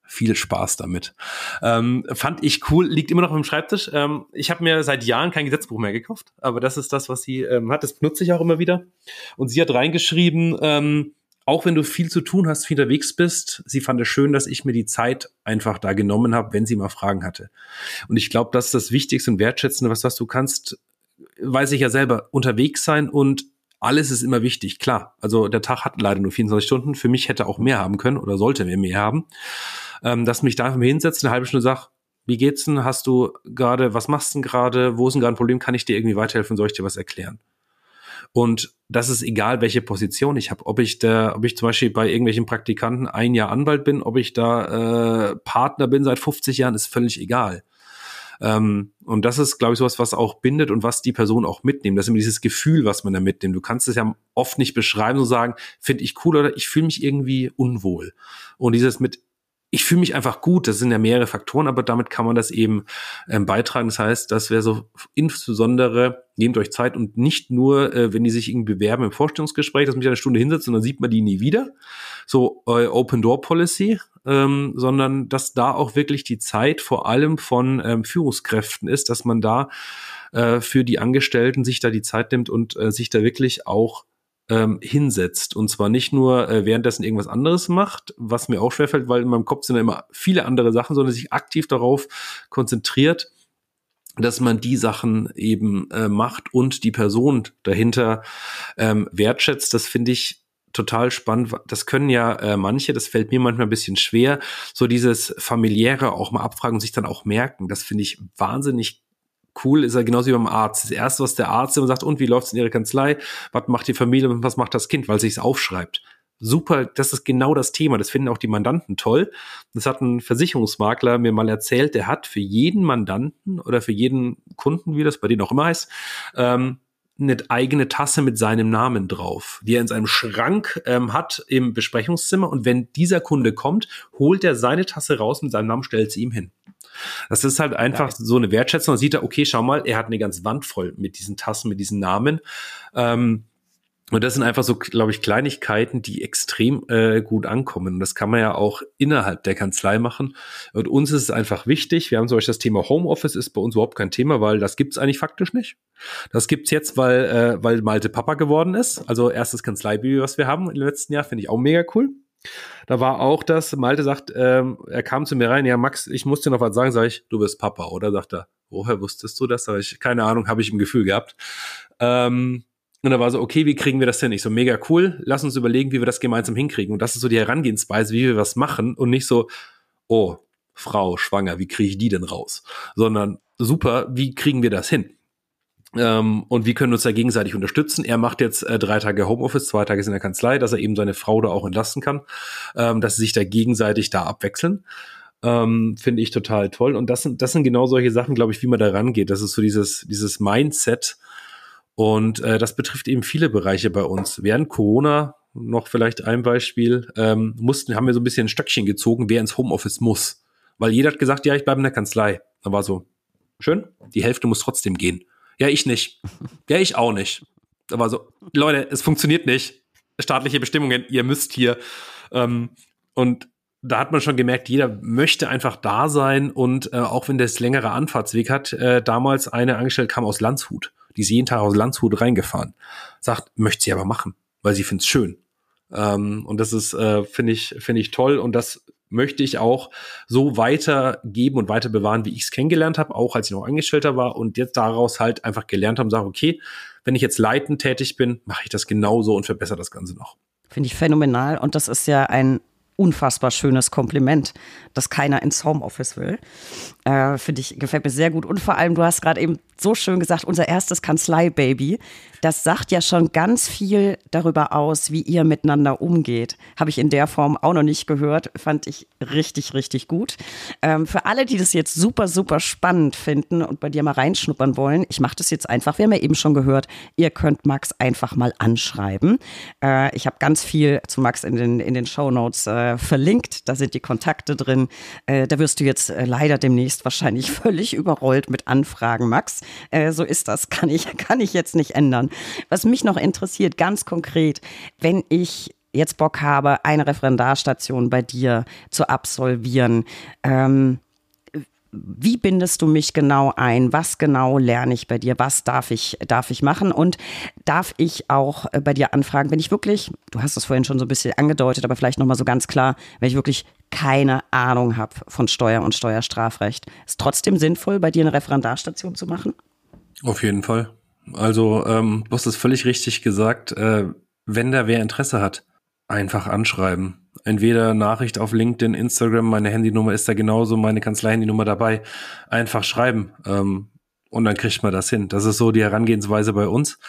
S2: viel Spaß damit. Fand ich cool, liegt immer noch auf dem Schreibtisch. Ich habe mir seit Jahren kein Gesetzbuch mehr gekauft, aber das ist das, was sie hat. Das benutze ich auch immer wieder. Und sie hat reingeschrieben, auch wenn du viel zu tun hast, viel unterwegs bist, sie fand es schön, dass ich mir die Zeit einfach da genommen habe, wenn sie mal Fragen hatte. Und ich glaube, das ist das Wichtigste und Wertschätzende, was du kannst, weiß ich ja selber, unterwegs sein und alles ist immer wichtig, klar. Also der Tag hat leider nur 24 Stunden. Für mich hätte auch mehr haben können oder sollte mehr haben. Dass mich da einfach mal hinsetzt, eine halbe Stunde sag, wie geht's denn? Hast du gerade, was machst du denn gerade? Wo ist denn gerade ein Problem? Kann ich dir irgendwie weiterhelfen? Soll ich dir was erklären? Und das ist egal, welche Position ich habe. Ob ich zum Beispiel bei irgendwelchen Praktikanten 1 Jahr Anwalt bin, ob ich da Partner bin seit 50 Jahren, ist völlig egal. Und das ist, glaube ich, sowas, was auch bindet und was die Person auch mitnehmen. Das ist immer dieses Gefühl, was man da mitnimmt. Du kannst es ja oft nicht beschreiben und sagen, finde ich cool oder ich fühle mich irgendwie unwohl. Und dieses mit ich fühle mich einfach gut, das sind ja mehrere Faktoren, aber damit kann man das eben beitragen. Das heißt, das wäre so insbesondere, nehmt euch Zeit und nicht nur, wenn die sich irgendwie bewerben im Vorstellungsgespräch, dass man sich eine Stunde hinsetzt und dann sieht man die nie wieder, so Open Door Policy, sondern dass da auch wirklich die Zeit vor allem von Führungskräften ist, dass man da für die Angestellten sich da die Zeit nimmt und sich da wirklich auch hinsetzt. Und zwar nicht nur währenddessen irgendwas anderes macht, was mir auch schwerfällt, weil in meinem Kopf sind ja immer viele andere Sachen, sondern sich aktiv darauf konzentriert, dass man die Sachen eben macht und die Person dahinter wertschätzt. Das finde ich total spannend. Das können ja manche, das fällt mir manchmal ein bisschen schwer, so dieses familiäre auch mal abfragen und sich dann auch merken. Das finde ich wahnsinnig cool, ist ja genauso wie beim Arzt. Das Erste, was der Arzt immer sagt, und wie läuft's in Ihrer Kanzlei? Was macht die Familie und was macht das Kind? Weil sich's aufschreibt. Super, das ist genau das Thema. Das finden auch die Mandanten toll. Das hat ein Versicherungsmakler mir mal erzählt, der hat für jeden Mandanten oder für jeden Kunden, wie das bei denen auch immer heißt, eine eigene Tasse mit seinem Namen drauf, die er in seinem Schrank hat im Besprechungszimmer. Und wenn dieser Kunde kommt, holt er seine Tasse raus mit seinem Namen, stellt sie ihm hin. Das ist halt einfach so eine Wertschätzung. Da sieht er, okay, schau mal, er hat eine ganze Wand voll mit diesen Tassen, mit diesen Namen. Und das sind einfach so, glaube ich, Kleinigkeiten, die extrem gut ankommen. Und das kann man ja auch innerhalb der Kanzlei machen. Und uns ist es einfach wichtig. Wir haben zum Beispiel das Thema Homeoffice, ist bei uns überhaupt kein Thema, weil das gibt's eigentlich faktisch nicht. Das gibt's jetzt, weil Malte Papa geworden ist. Also erstes Kanzleibüro, was wir haben im letzten Jahr, finde ich auch mega cool. Da war auch das, Malte sagt, er kam zu mir rein, ja Max, ich muss dir noch was sagen, sag ich, du bist Papa, oder? Sagt er, woher wusstest du das? Sag ich, keine Ahnung, habe ich im Gefühl gehabt. Und da war so, okay, wie kriegen wir das denn? Ich so, mega cool, lass uns überlegen, wie wir das gemeinsam hinkriegen. Und das ist so die Herangehensweise, wie wir was machen und nicht so, oh, Frau schwanger, wie kriege ich die denn raus? Sondern super, wie kriegen wir das hin? Und wie können wir uns da gegenseitig unterstützen? Er macht jetzt 3 Tage Homeoffice, 2 Tage in der Kanzlei, dass er eben seine Frau da auch entlasten kann, dass sie sich da gegenseitig da abwechseln. Finde ich total toll. Und das sind genau solche Sachen, glaube ich, wie man da rangeht. Das ist so dieses Mindset. Und das betrifft eben viele Bereiche bei uns. Während Corona, noch vielleicht ein Beispiel, haben wir so ein bisschen ein Stöckchen gezogen, wer ins Homeoffice muss. Weil jeder hat gesagt, ja, ich bleibe in der Kanzlei. Da war so, schön, die Hälfte muss trotzdem gehen. Ja, ich nicht. Ja, ich auch nicht. Da war so, Leute, es funktioniert nicht. Staatliche Bestimmungen, ihr müsst hier. Und da hat man schon gemerkt, jeder möchte einfach da sein. Und auch wenn das längere Anfahrtsweg hat, damals eine Angestellte kam aus Landshut. Die ist jeden Tag aus Landshut reingefahren. Sagt, möchte sie aber machen, weil sie findet es schön. Und das ist, finde ich toll. Und das möchte ich auch so weitergeben und weiter bewahren, wie ich es kennengelernt habe, auch als ich noch Angestellter war und jetzt daraus halt einfach gelernt habe und sage, okay, wenn ich jetzt leitend tätig bin, mache ich das genauso und verbessere das Ganze noch.
S1: Finde ich phänomenal und das ist ja ein unfassbar schönes Kompliment, dass keiner ins Homeoffice will. Finde ich, gefällt mir sehr gut. Und vor allem, du hast gerade eben so schön gesagt, unser erstes Kanzlei-Baby. Das sagt ja schon ganz viel darüber aus, wie ihr miteinander umgeht. Habe ich in der Form auch noch nicht gehört. Fand ich richtig, richtig gut. Für alle, die das jetzt super, super spannend finden und bei dir mal reinschnuppern wollen, ich mache das jetzt einfach. Wir haben ja eben schon gehört, ihr könnt Max einfach mal anschreiben. Ich habe ganz viel zu Max in den Shownotes verlinkt. Da sind die Kontakte drin. Da wirst du jetzt leider demnächst wahrscheinlich völlig überrollt mit Anfragen, Max. So ist das. Kann ich jetzt nicht ändern. Was mich noch interessiert, ganz konkret, wenn ich jetzt Bock habe, eine Referendarstation bei dir zu absolvieren, wie bindest du mich genau ein? Was genau lerne ich bei dir? Was darf ich machen? Und darf ich auch bei dir anfragen, wenn ich wirklich, du hast es vorhin schon so ein bisschen angedeutet, aber vielleicht nochmal so ganz klar, wenn ich wirklich keine Ahnung habe von Steuer und Steuerstrafrecht, ist trotzdem sinnvoll, bei dir eine Referendarstation zu machen?
S2: Auf jeden Fall. Also, du hast es völlig richtig gesagt. Wenn da wer Interesse hat, einfach anschreiben. Entweder Nachricht auf LinkedIn, Instagram, meine Handynummer ist da genauso, meine Kanzlei-Handynummer dabei. Einfach schreiben. Und dann kriegt man das hin. Das ist so die Herangehensweise bei uns.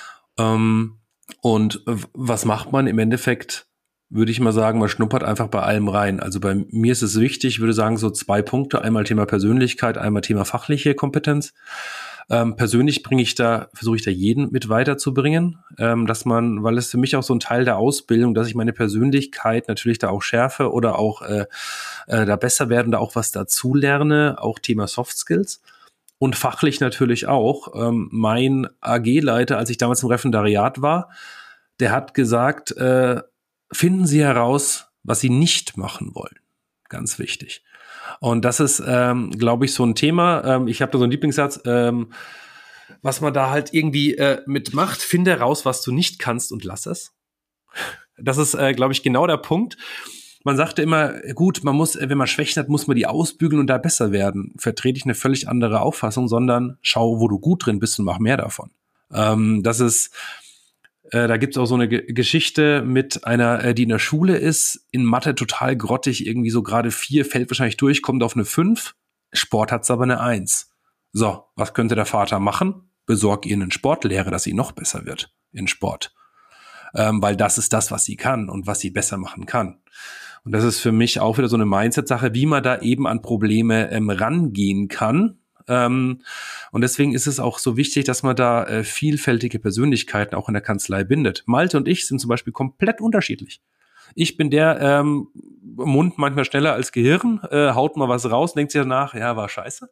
S2: Und was macht man im Endeffekt? Würde ich mal sagen, man schnuppert einfach bei allem rein. Also bei mir ist es wichtig, ich würde sagen, so 2 Punkte. Einmal Thema Persönlichkeit, einmal Thema fachliche Kompetenz. Persönlich versuche ich da jeden mit weiterzubringen, weil es für mich auch so ein Teil der Ausbildung, dass ich meine Persönlichkeit natürlich da auch schärfe oder auch da besser werden, da auch was dazu lerne, auch Thema Soft Skills. Und fachlich natürlich auch. Mein AG-Leiter, als ich damals im Referendariat war, der hat gesagt, finden Sie heraus, was Sie nicht machen wollen. Ganz wichtig. Und das ist, glaube ich, so ein Thema. Ich habe da so einen Lieblingssatz, was man da halt irgendwie mitmacht. Finde heraus, was du nicht kannst und lass es. Das ist, glaube ich, genau der Punkt. Man sagte immer, gut, man muss, wenn man Schwächen hat, muss man die ausbügeln und da besser werden. Vertrete ich eine völlig andere Auffassung, sondern schau, wo du gut drin bist und mach mehr davon. Das ist Da gibt's auch so eine Geschichte mit einer, die in der Schule ist, in Mathe total grottig, irgendwie so gerade 4, fällt wahrscheinlich durch, kommt auf eine 5. Sport hat's aber eine 1. So, was könnte der Vater machen? Besorg ihr einen Sportlehrer, dass sie noch besser wird in Sport. Weil das ist das, was sie kann und was sie besser machen kann. Und das ist für mich auch wieder so eine Mindset-Sache, wie man da eben an Probleme rangehen kann. Und deswegen ist es auch so wichtig, dass man da vielfältige Persönlichkeiten auch in der Kanzlei bindet. Malte und ich sind zum Beispiel komplett unterschiedlich. Ich bin der Mund manchmal schneller als Gehirn, haut mal was raus, denkt sich danach, ja, war scheiße.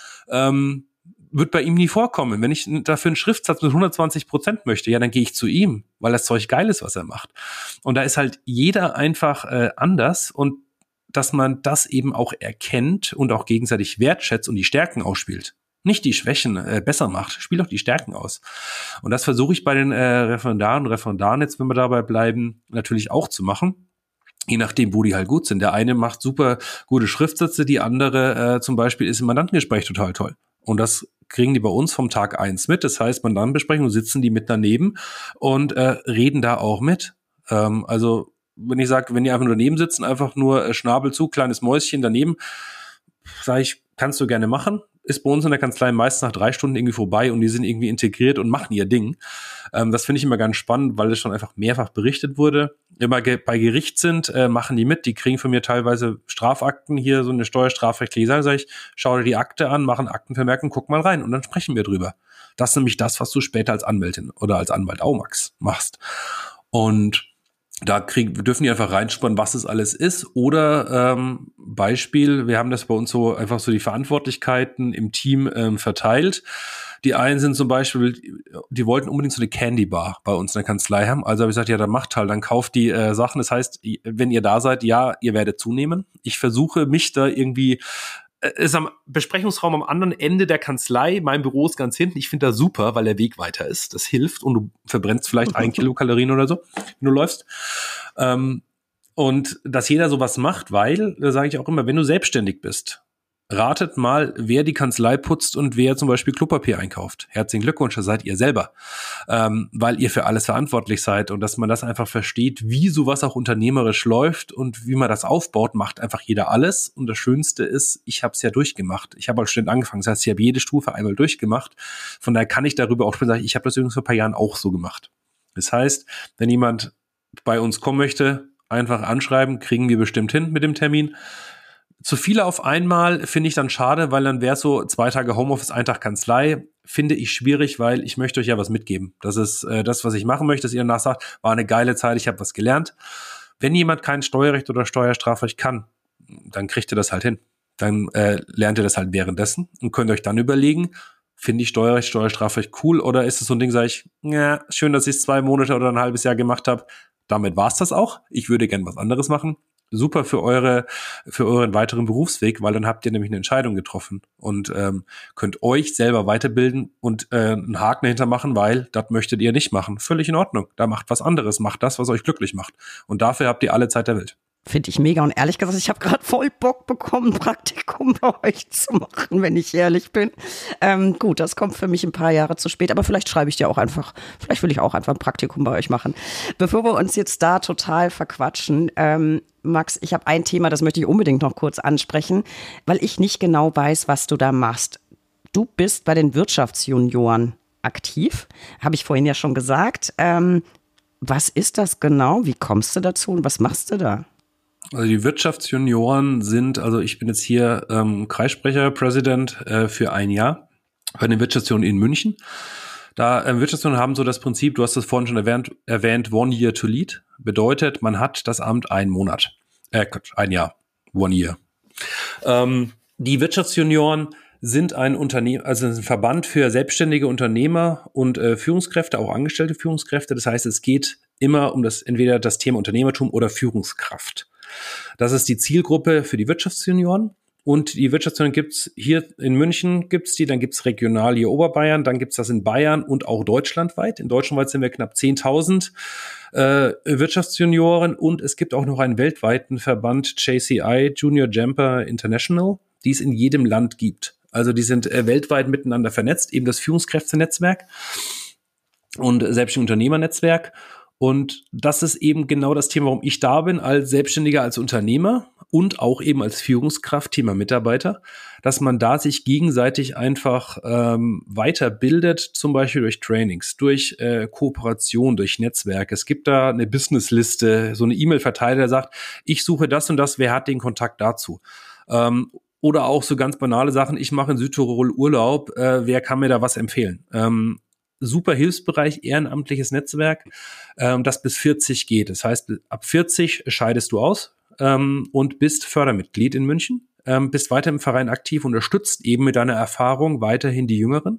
S2: Wird bei ihm nie vorkommen. Wenn ich dafür einen Schriftsatz mit 120% möchte, ja, dann gehe ich zu ihm, weil das Zeug geil ist, was er macht. Und da ist halt jeder einfach anders und dass man das eben auch erkennt und auch gegenseitig wertschätzt und die Stärken ausspielt. Nicht die Schwächen besser macht, spielt auch die Stärken aus. Und das versuche ich bei den Referendaren jetzt, wenn wir dabei bleiben, natürlich auch zu machen. Je nachdem, wo die halt gut sind. Der eine macht super gute Schriftsätze, die andere zum Beispiel ist im Mandantengespräch total toll. Und das kriegen die bei uns vom Tag 1 mit. Das heißt, Mandantenbesprechung sitzen die mit daneben und reden da auch mit. Also wenn ich sage, wenn die einfach nur daneben sitzen, einfach nur Schnabel zu, kleines Mäuschen daneben, sage ich, kannst du gerne machen. Ist bei uns in der Kanzlei meist nach 3 Stunden irgendwie vorbei und die sind irgendwie integriert und machen ihr Ding. Das finde ich immer ganz spannend, weil es schon einfach mehrfach berichtet wurde. Immer bei Gericht sind, machen die mit. Die kriegen von mir teilweise Strafakten, hier so eine steuerstrafrechtliche Sache. Sag ich, schau dir die Akte an, mach einen Aktenvermerk, guck mal rein und dann sprechen wir drüber. Das ist nämlich das, was du später als Anwältin oder als Anwalt auch machst. Und da dürfen die einfach reinspannen, was es alles ist. Oder Beispiel, wir haben das bei uns so einfach so die Verantwortlichkeiten im Team verteilt. Die einen sind zum Beispiel, die wollten unbedingt so eine Candy Bar bei uns in der Kanzlei haben. Also habe ich gesagt, ja, dann macht halt, dann kauft die Sachen. Das heißt, wenn ihr da seid, ja, ihr werdet zunehmen. Ich versuche mich da irgendwie ist am Besprechungsraum am anderen Ende der Kanzlei. Mein Büro ist ganz hinten. Ich finde das super, weil der Weg weiter ist. Das hilft und du verbrennst vielleicht 1 Kilokalorien oder so, wenn du läufst. Und dass jeder sowas macht, weil, da sage ich auch immer, wenn du selbstständig bist, ratet mal, wer die Kanzlei putzt und wer zum Beispiel Klopapier einkauft. Herzlichen Glückwunsch, das seid ihr selber, weil ihr für alles verantwortlich seid und dass man das einfach versteht, wie sowas auch unternehmerisch läuft und wie man das aufbaut, macht einfach jeder alles. Und das Schönste ist, ich habe es ja durchgemacht. Ich habe als Student angefangen, das heißt, ich habe jede Stufe einmal durchgemacht. Von daher kann ich darüber auch sprechen, ich habe das übrigens vor ein paar Jahren auch so gemacht. Das heißt, wenn jemand bei uns kommen möchte, einfach anschreiben, kriegen wir bestimmt hin mit dem Termin. Zu viele auf einmal finde ich dann schade, weil dann wäre so 2 Tage Homeoffice, 1 Tag Kanzlei, finde ich schwierig, weil ich möchte euch ja was mitgeben. Das ist das, was ich machen möchte, dass ihr danach sagt, war eine geile Zeit, ich habe was gelernt. Wenn jemand kein Steuerrecht oder Steuerstrafrecht kann, dann kriegt ihr das halt hin. Dann lernt ihr das halt währenddessen und könnt euch dann überlegen, finde ich Steuerrecht, Steuerstrafrecht cool oder ist es so ein Ding, sage ich, ja, schön, dass ich es 2 Monate oder ein halbes Jahr gemacht habe, damit war's das auch. Ich würde gern was anderes machen. Super für euren weiteren Berufsweg, weil dann habt ihr nämlich eine Entscheidung getroffen und könnt euch selber weiterbilden und einen Haken dahinter machen, weil das möchtet ihr nicht machen. Völlig in Ordnung. Da macht was anderes, macht das, was euch glücklich macht. Und dafür habt ihr alle Zeit der Welt.
S1: Finde ich mega. Und ehrlich gesagt, ich habe gerade voll Bock bekommen, ein Praktikum bei euch zu machen, wenn ich ehrlich bin. Gut, das kommt für mich ein paar Jahre zu spät, aber vielleicht schreibe ich dir auch einfach, vielleicht will ich auch einfach ein Praktikum bei euch machen. Bevor wir uns jetzt da total verquatschen, Max, ich habe ein Thema, das möchte ich unbedingt noch kurz ansprechen, weil ich nicht genau weiß, was du da machst. Du bist bei den Wirtschaftsjunioren aktiv, habe ich vorhin ja schon gesagt. Was ist das genau? Wie kommst du dazu und was machst du da?
S2: Also die Wirtschaftsjunioren sind, also ich bin jetzt hier Kreissprecher, President für ein Jahr bei den Wirtschaftsjunioren in München. Da Wirtschaftsjunioren haben so das Prinzip, du hast es vorhin schon erwähnt, 1 year to lead. Bedeutet, man hat das Amt ein Jahr, 1 year. Die Wirtschaftsjunioren sind ein Unternehmen, also ein Verband für selbstständige Unternehmer und Führungskräfte, auch angestellte Führungskräfte. Das heißt, es geht immer um entweder das Thema Unternehmertum oder Führungskraft. Das ist die Zielgruppe für die Wirtschaftsjunioren. Und die Wirtschaftsjunioren gibt's hier in München, dann gibt's regional hier Oberbayern, dann gibt's das in Bayern und auch deutschlandweit. In Deutschlandweit sind wir knapp 10.000 Wirtschaftsjunioren und es gibt auch noch einen weltweiten Verband, JCI, Junior Jumper International, die es in jedem Land gibt. Also die sind weltweit miteinander vernetzt, eben das Führungskräftenetzwerk und selbstständige Unternehmernetzwerk. Und das ist eben genau das Thema, warum ich da bin, als Selbstständiger, als Unternehmer und auch eben als Führungskraft, Thema Mitarbeiter, dass man da sich gegenseitig einfach weiterbildet, zum Beispiel durch Trainings, durch Kooperation, durch Netzwerke. Es gibt da eine Businessliste, so eine E-Mail-Verteiler, der sagt, ich suche das und das, wer hat den Kontakt dazu? Oder auch so ganz banale Sachen, ich mache in Südtirol Urlaub, wer kann mir da was empfehlen? Super Hilfsbereich, ehrenamtliches Netzwerk, das bis 40 geht. Das heißt, ab 40 scheidest du aus und bist Fördermitglied in München, bist weiter im Verein aktiv, unterstützt eben mit deiner Erfahrung weiterhin die Jüngeren.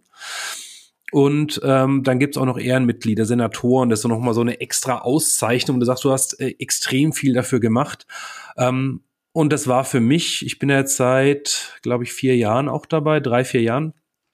S2: Und dann gibt's auch noch Ehrenmitglieder, Senatoren, das ist noch mal so eine extra Auszeichnung. Du sagst, du hast extrem viel dafür gemacht. Und das war für mich, ich bin ja jetzt seit, glaube ich, 4 Jahren auch dabei, 3-4 Jahren,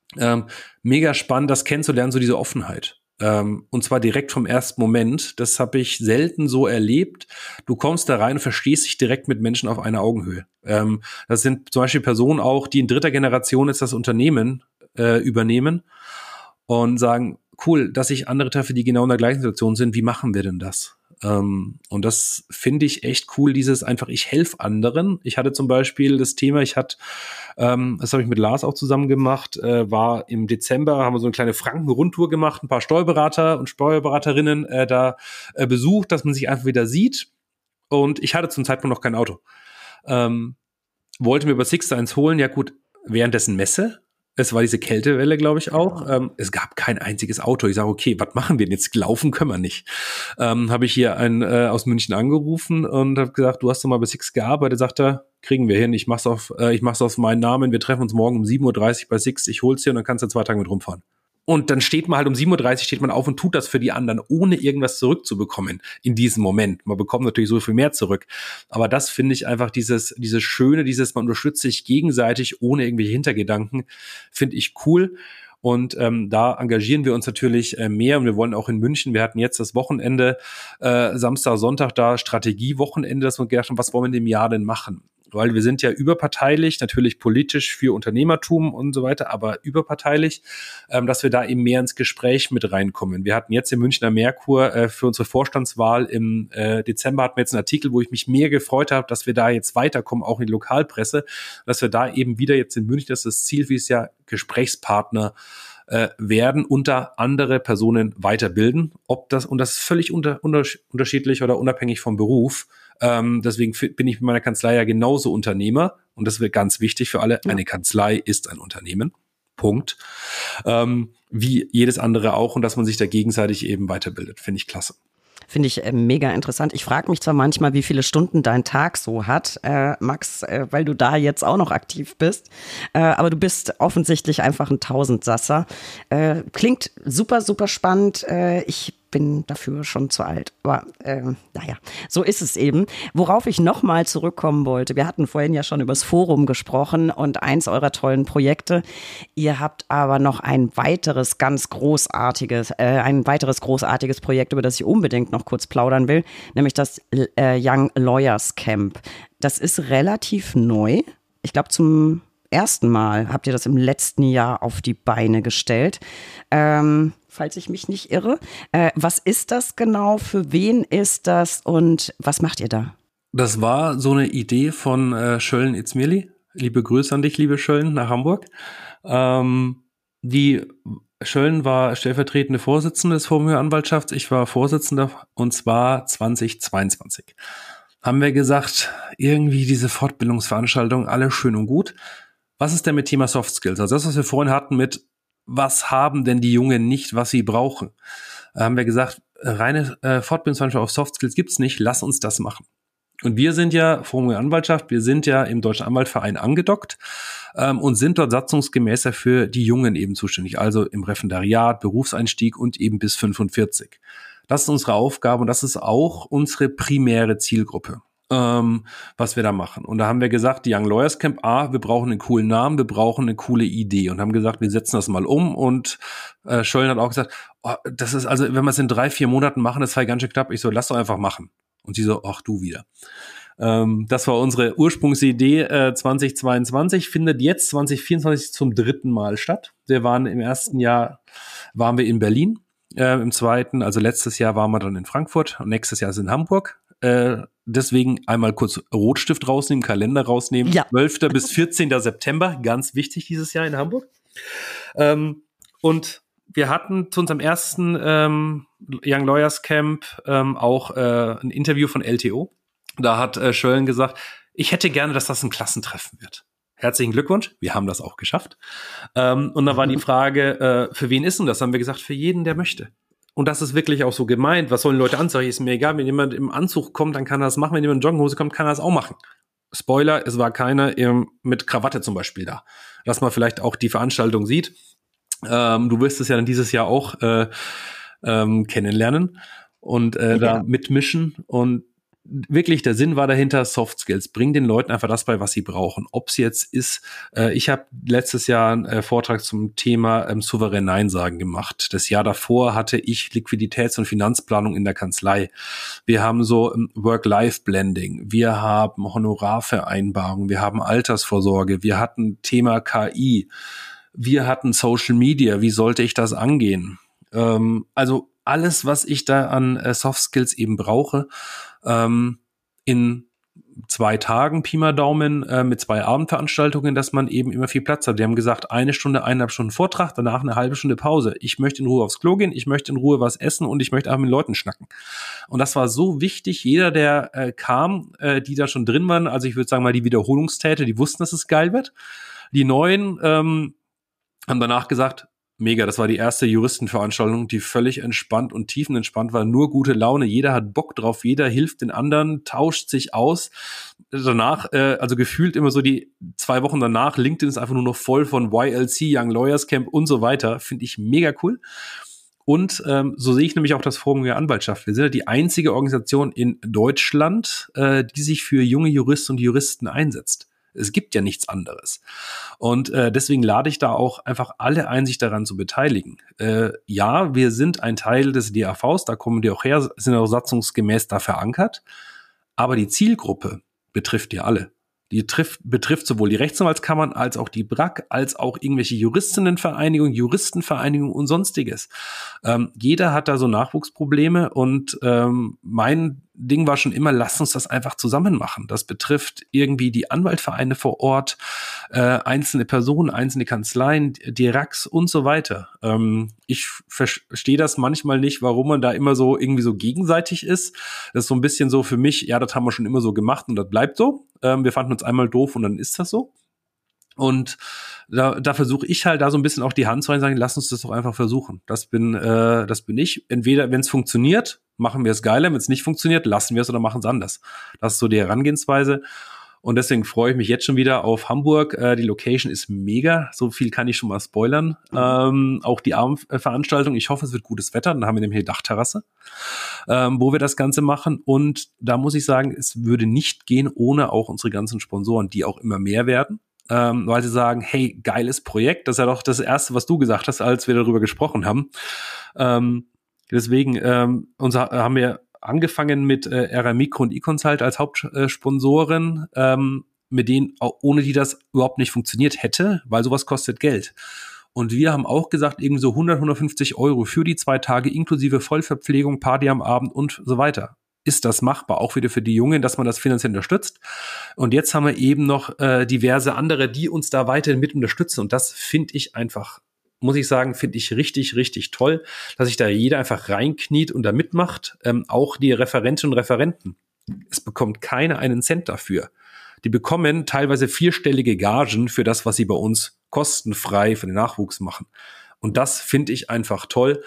S2: mega spannend, das kennenzulernen, so diese Offenheit. Und zwar direkt vom ersten Moment. Das habe ich selten so erlebt. Du kommst da rein und verstehst dich direkt mit Menschen auf einer Augenhöhe. Das sind zum Beispiel Personen auch, die in 3. Generation jetzt das Unternehmen übernehmen und sagen, cool, dass ich andere treffe, die genau in der gleichen Situation sind. Wie machen wir denn das? Und das finde ich echt cool, dieses einfach, ich helfe anderen. Ich hatte zum Beispiel das Thema, das habe ich mit Lars auch zusammen gemacht, war im Dezember, haben wir so eine kleine Franken-Rundtour gemacht, ein paar Steuerberater und Steuerberaterinnen besucht, dass man sich einfach wieder sieht. Und ich hatte zum Zeitpunkt noch kein Auto. Wollte mir über Sixt eins holen, ja gut, währenddessen Messe. Es war diese Kältewelle, glaube ich, auch. Es gab kein einziges Auto. Ich sage, okay, was machen wir denn jetzt? Laufen können wir nicht. Habe ich hier einen aus München angerufen und habe gesagt, du hast doch mal bei Sixt gearbeitet. Sagt er, kriegen wir hin. Ich mach's auf meinen Namen. Wir treffen uns morgen um 7.30 Uhr bei Sixt. Ich hol's dir und dann kannst du 2 Tage mit rumfahren. Und dann steht man halt um 7.30 Uhr steht man auf und tut das für die anderen, ohne irgendwas zurückzubekommen in diesem Moment. Man bekommt natürlich so viel mehr zurück. Aber das finde ich einfach dieses Schöne, man unterstützt sich gegenseitig ohne irgendwelche Hintergedanken, finde ich cool. Und da engagieren wir uns natürlich mehr und wir wollen auch in München, wir hatten jetzt das Wochenende, Samstag, Sonntag da Strategiewochenende, dass wir gedacht haben, was wollen wir in dem Jahr denn machen? Weil wir sind ja überparteilich, natürlich politisch für Unternehmertum und so weiter, aber überparteilich, dass wir da eben mehr ins Gespräch mit reinkommen. Wir hatten jetzt im Münchner Merkur für unsere Vorstandswahl im Dezember hatten wir jetzt einen Artikel, wo ich mich mehr gefreut habe, dass wir da jetzt weiterkommen, auch in die Lokalpresse, dass wir da eben wieder jetzt in München, das ist das Ziel, wie es ja Gesprächspartner werden und da andere Personen weiterbilden. Und das ist völlig unterschiedlich oder unabhängig vom Beruf. Deswegen bin ich mit meiner Kanzlei ja genauso Unternehmer und das wird ganz wichtig für alle. Ja. Eine Kanzlei ist ein Unternehmen. Punkt. Wie jedes andere auch und dass man sich da gegenseitig eben weiterbildet. Finde ich klasse.
S1: Finde ich mega interessant. Ich frage mich zwar manchmal, wie viele Stunden dein Tag so hat, Max, weil du da jetzt auch noch aktiv bist, aber du bist offensichtlich einfach ein Tausendsasser. Klingt super, super spannend. Ich bin dafür schon zu alt. Aber naja, so ist es eben. Worauf ich nochmal zurückkommen wollte, wir hatten vorhin ja schon über das Forum gesprochen und eins eurer tollen Projekte. Ihr habt aber noch ein weiteres großartiges Projekt, über das ich unbedingt noch kurz plaudern will, nämlich das Young Lawyers Camp. Das ist relativ neu. Ich glaube, zum ersten Mal habt ihr das im letzten Jahr auf die Beine gestellt, falls ich mich nicht irre. Was ist das genau? Für wen ist das? Und was macht ihr da?
S2: Das war so eine Idee von Schöllen Itzmirli. Liebe Grüße an dich, liebe Schöllen, nach Hamburg. Die Schöllen war stellvertretende Vorsitzende des Forum Anwaltschafts. Ich war Vorsitzender, und zwar 2022. Haben wir gesagt, irgendwie diese Fortbildungsveranstaltungen, alle schön und gut. Was ist denn mit Thema Soft Skills? Also das, was wir vorhin hatten mit, was haben denn die Jungen nicht, was sie brauchen? Haben wir gesagt, reine Fortbildungsveranstaltungen auf Soft Skills gibt's nicht, lass uns das machen. Und wir sind ja, Forum der Anwaltschaft, wir sind ja im Deutschen Anwaltverein angedockt und sind dort satzungsgemäß für die Jungen eben zuständig, also im Referendariat, Berufseinstieg und eben bis 45. Das ist unsere Aufgabe und das ist auch unsere primäre Zielgruppe, was wir da machen. Und da haben wir gesagt, die Young Lawyers Camp, wir brauchen einen coolen Namen, wir brauchen eine coole Idee und haben gesagt, wir setzen das mal um. Und Schöllen hat auch gesagt, das ist also, wenn wir es in 3-4 Monaten machen, das war ganz schön knapp. Ich so, lass doch einfach machen. Und sie so, ach du wieder. Das war unsere Ursprungsidee 2022, findet jetzt 2024 zum 3. Mal statt. Wir waren im ersten Jahr, waren wir in Berlin, im zweiten, also letztes Jahr waren wir dann in Frankfurt und nächstes Jahr ist in Hamburg. Deswegen einmal kurz Rotstift rausnehmen, Kalender rausnehmen. Ja. 12. bis 14. September, ganz wichtig dieses Jahr in Hamburg. Und wir hatten zu unserem ersten Young Lawyers Camp auch ein Interview von LTO. Da hat Schöllen gesagt, ich hätte gerne, dass das ein Klassentreffen wird. Herzlichen Glückwunsch, wir haben das auch geschafft. Und da war die Frage, für wen ist denn das? Haben wir gesagt, für jeden, der möchte. Und das ist wirklich auch so gemeint. Was sollen Leute anziehen? Ist mir egal, wenn jemand im Anzug kommt, dann kann er das machen. Wenn jemand in Jogginghose kommt, kann er das auch machen. Spoiler, es war keiner mit Krawatte zum Beispiel da. Dass man vielleicht auch die Veranstaltung sieht. Du wirst es ja dann dieses Jahr auch kennenlernen und da mitmischen. Und wirklich, der Sinn war dahinter, Soft Skills. Bring den Leuten einfach das bei, was sie brauchen. Ob es jetzt ist, ich habe letztes Jahr einen Vortrag zum Thema souverän Nein sagen gemacht. Das Jahr davor hatte ich Liquiditäts- und Finanzplanung in der Kanzlei. Wir haben so Work-Life-Blending. Wir haben Honorarvereinbarungen. Wir haben Altersvorsorge. Wir hatten Thema KI. Wir hatten Social Media. Wie sollte ich das angehen? Also alles, was ich da an Soft Skills eben brauche, in 2 Tagen, Pi mal Daumen, mit 2 Abendveranstaltungen, dass man eben immer viel Platz hat. Wir haben gesagt, 1 Stunde, 1,5 Stunden Vortrag, danach eine halbe Stunde Pause. Ich möchte in Ruhe aufs Klo gehen, ich möchte in Ruhe was essen und ich möchte einfach mit Leuten schnacken. Und das war so wichtig. Jeder, der kam, die da schon drin waren, also ich würde sagen mal die Wiederholungstäter, die wussten, dass es geil wird. Die Neuen haben danach gesagt, mega, das war die erste Juristenveranstaltung, die völlig entspannt und tiefenentspannt war, nur gute Laune, jeder hat Bock drauf, jeder hilft den anderen, tauscht sich aus. Danach, also gefühlt immer so die 2 Wochen danach, LinkedIn ist einfach nur noch voll von YLC, Young Lawyers Camp und so weiter, finde ich mega cool. Und so sehe ich nämlich auch das Forum der Anwaltschaft. Wir sind ja die einzige Organisation in Deutschland, die sich für junge Juristen und Juristen einsetzt. Es gibt ja nichts anderes. Und deswegen lade ich da auch einfach alle ein, sich daran zu beteiligen. Ja, wir sind ein Teil des DAVs, da kommen die auch her, sind auch satzungsgemäß da verankert. Aber die Zielgruppe betrifft ja alle. Die betrifft sowohl die Rechtsanwaltskammern als auch die BRAG, als auch irgendwelche Juristinnenvereinigungen, Juristenvereinigungen und sonstiges. Jeder hat da so Nachwuchsprobleme und mein Ding war schon immer, lasst uns das einfach zusammen machen. Das betrifft irgendwie die Anwaltvereine vor Ort, einzelne Personen, einzelne Kanzleien, die RAGs und so weiter. Ich verstehe das manchmal nicht, warum man da immer so irgendwie so gegenseitig ist. Das ist so ein bisschen so für mich, ja, das haben wir schon immer so gemacht und das bleibt so. Wir fanden uns einmal doof und dann ist das so. Und da versuche ich halt da so ein bisschen auch die Hand zu rein und sagen, lass uns das doch einfach versuchen. Das bin ich. Entweder, wenn es funktioniert, machen wir es geiler. Wenn es nicht funktioniert, lassen wir es oder machen es anders. Das ist so die Herangehensweise. Und deswegen freue ich mich jetzt schon wieder auf Hamburg. Die Location ist mega. So viel kann ich schon mal spoilern. Auch die Abendveranstaltung. Ich hoffe, es wird gutes Wetter. Dann haben wir nämlich eine Dachterrasse, wo wir das Ganze machen. Und da muss ich sagen, es würde nicht gehen ohne auch unsere ganzen Sponsoren, die auch immer mehr werden. Weil sie sagen, hey, geiles Projekt. Das ist ja doch das Erste, was du gesagt hast, als wir darüber gesprochen haben. Deswegen haben wir angefangen mit RR Micro und eConsult als Hauptsponsoren, mit denen, ohne die das überhaupt nicht funktioniert hätte, weil sowas kostet Geld. Und wir haben auch gesagt, irgendwie so 150 € für die 2 Tage inklusive Vollverpflegung, Party am Abend und so weiter. Ist das machbar, auch wieder für die Jungen, dass man das finanziell unterstützt? Und jetzt haben wir eben noch diverse andere, die uns da weiterhin mit unterstützen. Und das finde ich einfach, muss ich sagen, finde ich richtig, richtig toll, dass sich da jeder einfach reinkniet und da mitmacht. Auch die Referentinnen und Referenten. Es bekommt keiner einen Cent dafür. Die bekommen teilweise 4-stellige Gagen für das, was sie bei uns kostenfrei für den Nachwuchs machen. Und das finde ich einfach toll.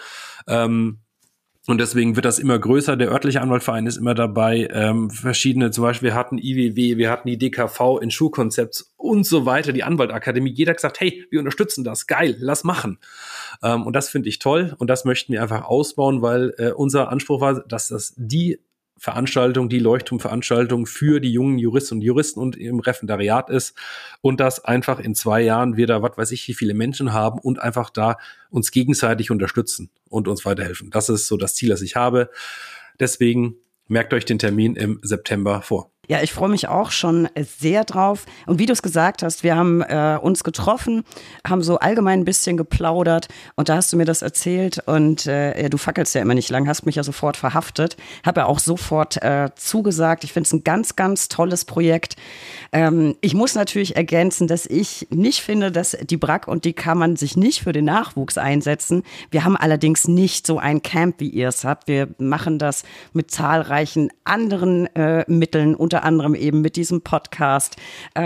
S2: Und deswegen wird das immer größer. Der örtliche Anwaltverein ist immer dabei. Verschiedene, zum Beispiel wir hatten IWW, wir hatten die DKV in Schulkonzepts und so weiter, die Anwaltakademie. Jeder hat gesagt, hey, wir unterstützen das, geil, lass machen. Und das finde ich toll und das möchten wir einfach ausbauen, weil unser Anspruch war, dass das die Veranstaltung, die Leuchtturmveranstaltung für die jungen Juristinnen und Juristen und im Referendariat ist und dass einfach in 2 Jahren wir da, was weiß ich, wie viele Menschen haben und einfach da uns gegenseitig unterstützen und uns weiterhelfen. Das ist so das Ziel, das ich habe. Deswegen merkt euch den Termin im September vor.
S1: Ja, ich freue mich auch schon sehr drauf. Und wie du es gesagt hast, wir haben uns getroffen, haben so allgemein ein bisschen geplaudert und da hast du mir das erzählt und du fackelst ja immer nicht lang, hast mich ja sofort verhaftet. Habe ja auch sofort zugesagt. Ich finde es ein ganz, ganz tolles Projekt. Ich muss natürlich ergänzen, dass ich nicht finde, dass die BRAG und die Kammern sich nicht für den Nachwuchs einsetzen. Wir haben allerdings nicht so ein Camp, wie ihr es habt. Wir machen das mit zahlreichen anderen Mitteln, unter anderem eben mit diesem Podcast,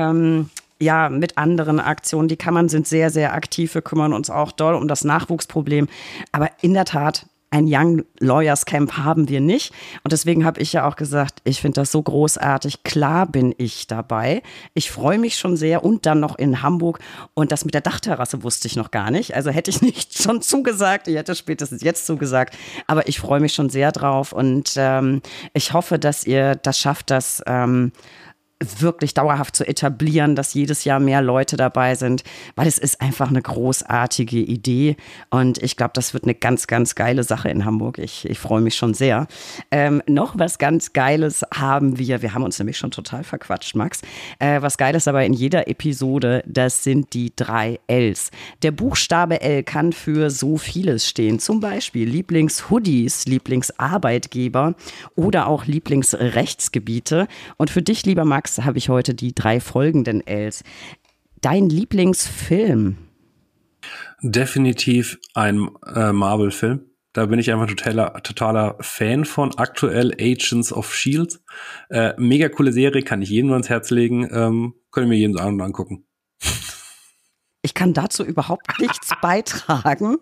S1: mit anderen Aktionen. Die Kammern sind sehr, sehr aktiv. Wir kümmern uns auch doll um das Nachwuchsproblem. Aber in der Tat, ein Young Lawyers Camp haben wir nicht. Und deswegen habe ich ja auch gesagt, ich finde das so großartig. Klar bin ich dabei. Ich freue mich schon sehr und dann noch in Hamburg. Und das mit der Dachterrasse wusste ich noch gar nicht. Also hätte ich nicht schon zugesagt. Ich hätte spätestens jetzt zugesagt. Aber ich freue mich schon sehr drauf. Und ich hoffe, dass ihr das schafft, das wirklich dauerhaft zu etablieren, dass jedes Jahr mehr Leute dabei sind, weil es ist einfach eine großartige Idee und ich glaube, das wird eine ganz, ganz geile Sache in Hamburg. Ich freue mich schon sehr. Noch was ganz Geiles haben wir haben uns nämlich schon total verquatscht, Max. Was Geiles aber in jeder Episode, das sind die 3 Ls. Der Buchstabe L kann für so vieles stehen, zum Beispiel Lieblingshoodies, Lieblingsarbeitgeber oder auch Lieblingsrechtsgebiete. Und für dich, lieber Max, habe ich heute die 3 folgenden Ls. Dein Lieblingsfilm?
S2: Definitiv ein Marvel-Film. Da bin ich einfach totaler Fan von. Aktuell Agents of S.H.I.E.L.D. Mega coole Serie, kann ich jedem ans Herz legen. Können wir jeden Abend angucken.
S1: Ich kann dazu überhaupt nichts beitragen,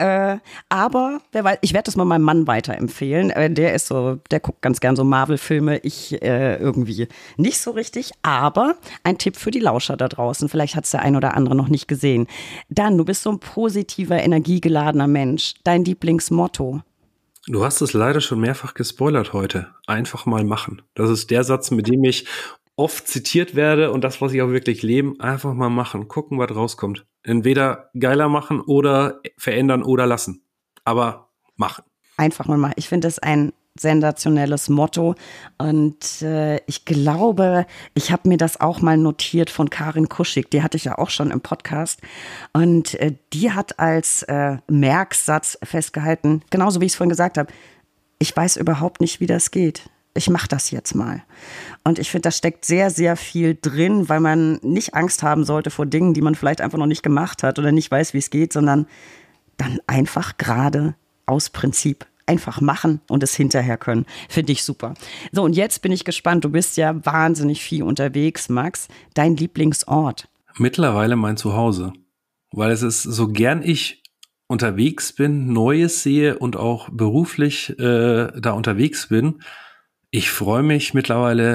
S1: aber wer weiß, ich werde das mal meinem Mann weiterempfehlen. Der guckt ganz gern so Marvel-Filme, ich irgendwie nicht so richtig, aber ein Tipp für die Lauscher da draußen, vielleicht hat es der ein oder andere noch nicht gesehen. Dan, du bist so ein positiver, energiegeladener Mensch, dein Lieblingsmotto?
S2: Du hast es leider schon mehrfach gespoilert heute. Einfach mal machen. Das ist der Satz, mit dem ich oft zitiert werde und das, was ich auch wirklich lebe, einfach mal machen, gucken, was rauskommt. Entweder geiler machen oder verändern oder lassen. Aber machen.
S1: Einfach mal machen. Ich finde das ein sensationelles Motto und ich glaube, ich habe mir das auch mal notiert von Karin Kuschig, die hatte ich ja auch schon im Podcast und die hat als Merksatz festgehalten, genauso wie ich es vorhin gesagt habe, ich weiß überhaupt nicht, wie das geht. Ich mache das jetzt mal. Und ich finde, da steckt sehr, sehr viel drin, weil man nicht Angst haben sollte vor Dingen, die man vielleicht einfach noch nicht gemacht hat oder nicht weiß, wie es geht, sondern dann einfach gerade aus Prinzip einfach machen und es hinterher können. Finde ich super. So, und jetzt bin ich gespannt. Du bist ja wahnsinnig viel unterwegs, Max. Dein Lieblingsort?
S2: Mittlerweile mein Zuhause. Weil es ist, so gern ich unterwegs bin, Neues sehe und auch beruflich da unterwegs bin, ich freue mich mittlerweile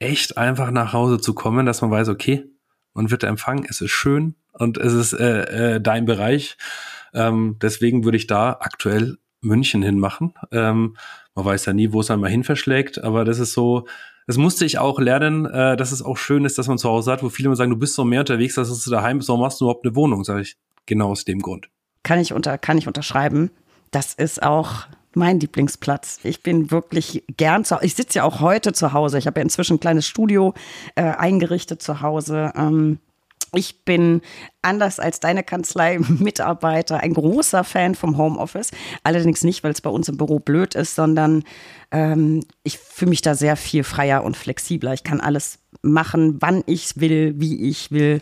S2: echt einfach nach Hause zu kommen, dass man weiß, okay, man wird empfangen, es ist schön und es ist dein Bereich. Deswegen würde ich da aktuell München hinmachen. Man weiß ja nie, wo es einmal hin verschlägt, aber das ist so, das musste ich auch lernen, dass es auch schön ist, dass man zu Hause hat, wo viele immer sagen, du bist so mehr unterwegs, als du daheim bist, warum machst du überhaupt eine Wohnung? Sag ich, genau aus dem Grund.
S1: Kann ich unterschreiben. Das ist auch mein Lieblingsplatz. Ich bin wirklich gern zu Hause. Ich sitze ja auch heute zu Hause. Ich habe ja inzwischen ein kleines Studio eingerichtet zu Hause. Ich bin, anders als deine Kanzlei-Mitarbeiter, ein großer Fan vom Homeoffice. Allerdings nicht, weil es bei uns im Büro blöd ist, sondern ich fühle mich da sehr viel freier und flexibler. Ich kann alles machen, wann ich will, wie ich will.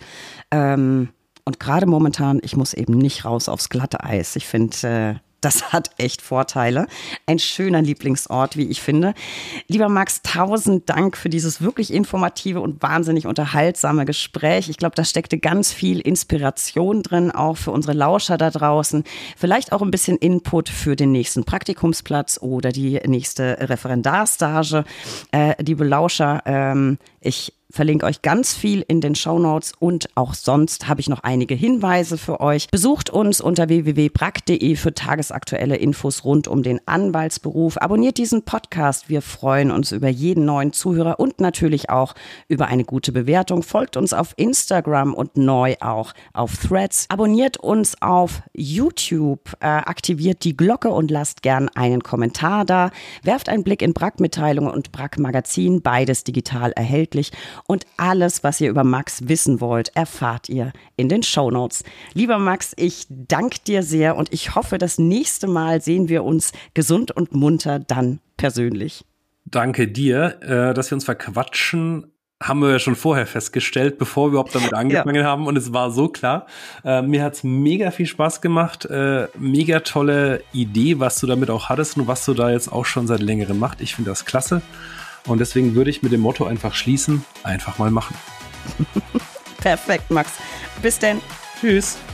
S1: Und gerade momentan, ich muss eben nicht raus aufs glatte Eis. Ich finde, das hat echt Vorteile. Ein schöner Lieblingsort, wie ich finde. Lieber Max, 1000 Dank für dieses wirklich informative und wahnsinnig unterhaltsame Gespräch. Ich glaube, da steckte ganz viel Inspiration drin, auch für unsere Lauscher da draußen. Vielleicht auch ein bisschen Input für den nächsten Praktikumsplatz oder die nächste Referendarstage. Liebe Lauscher, ich verlinke euch ganz viel in den Shownotes und auch sonst habe ich noch einige Hinweise für euch. Besucht uns unter www.brack.de für tagesaktuelle Infos rund um den Anwaltsberuf. Abonniert diesen Podcast. Wir freuen uns über jeden neuen Zuhörer und natürlich auch über eine gute Bewertung. Folgt uns auf Instagram und neu auch auf Threads. Abonniert uns auf YouTube, aktiviert die Glocke und lasst gern einen Kommentar da. Werft einen Blick in Brack-Mitteilungen und Brack-Magazin, beides digital erhältlich. Und alles, was ihr über Max wissen wollt, erfahrt ihr in den Shownotes. Lieber Max, ich danke dir sehr und ich hoffe, das nächste Mal sehen wir uns gesund und munter dann persönlich.
S2: Danke dir, dass wir uns verquatschen. Haben wir ja schon vorher festgestellt, bevor wir überhaupt damit angefangen haben. Und es war so klar. Mir hat's mega viel Spaß gemacht. Mega tolle Idee, was du damit auch hattest und was du da jetzt auch schon seit längerem machst. Ich finde das klasse. Und deswegen würde ich mit dem Motto einfach schließen, einfach mal machen.
S1: Perfekt, Max. Bis denn.
S2: Tschüss.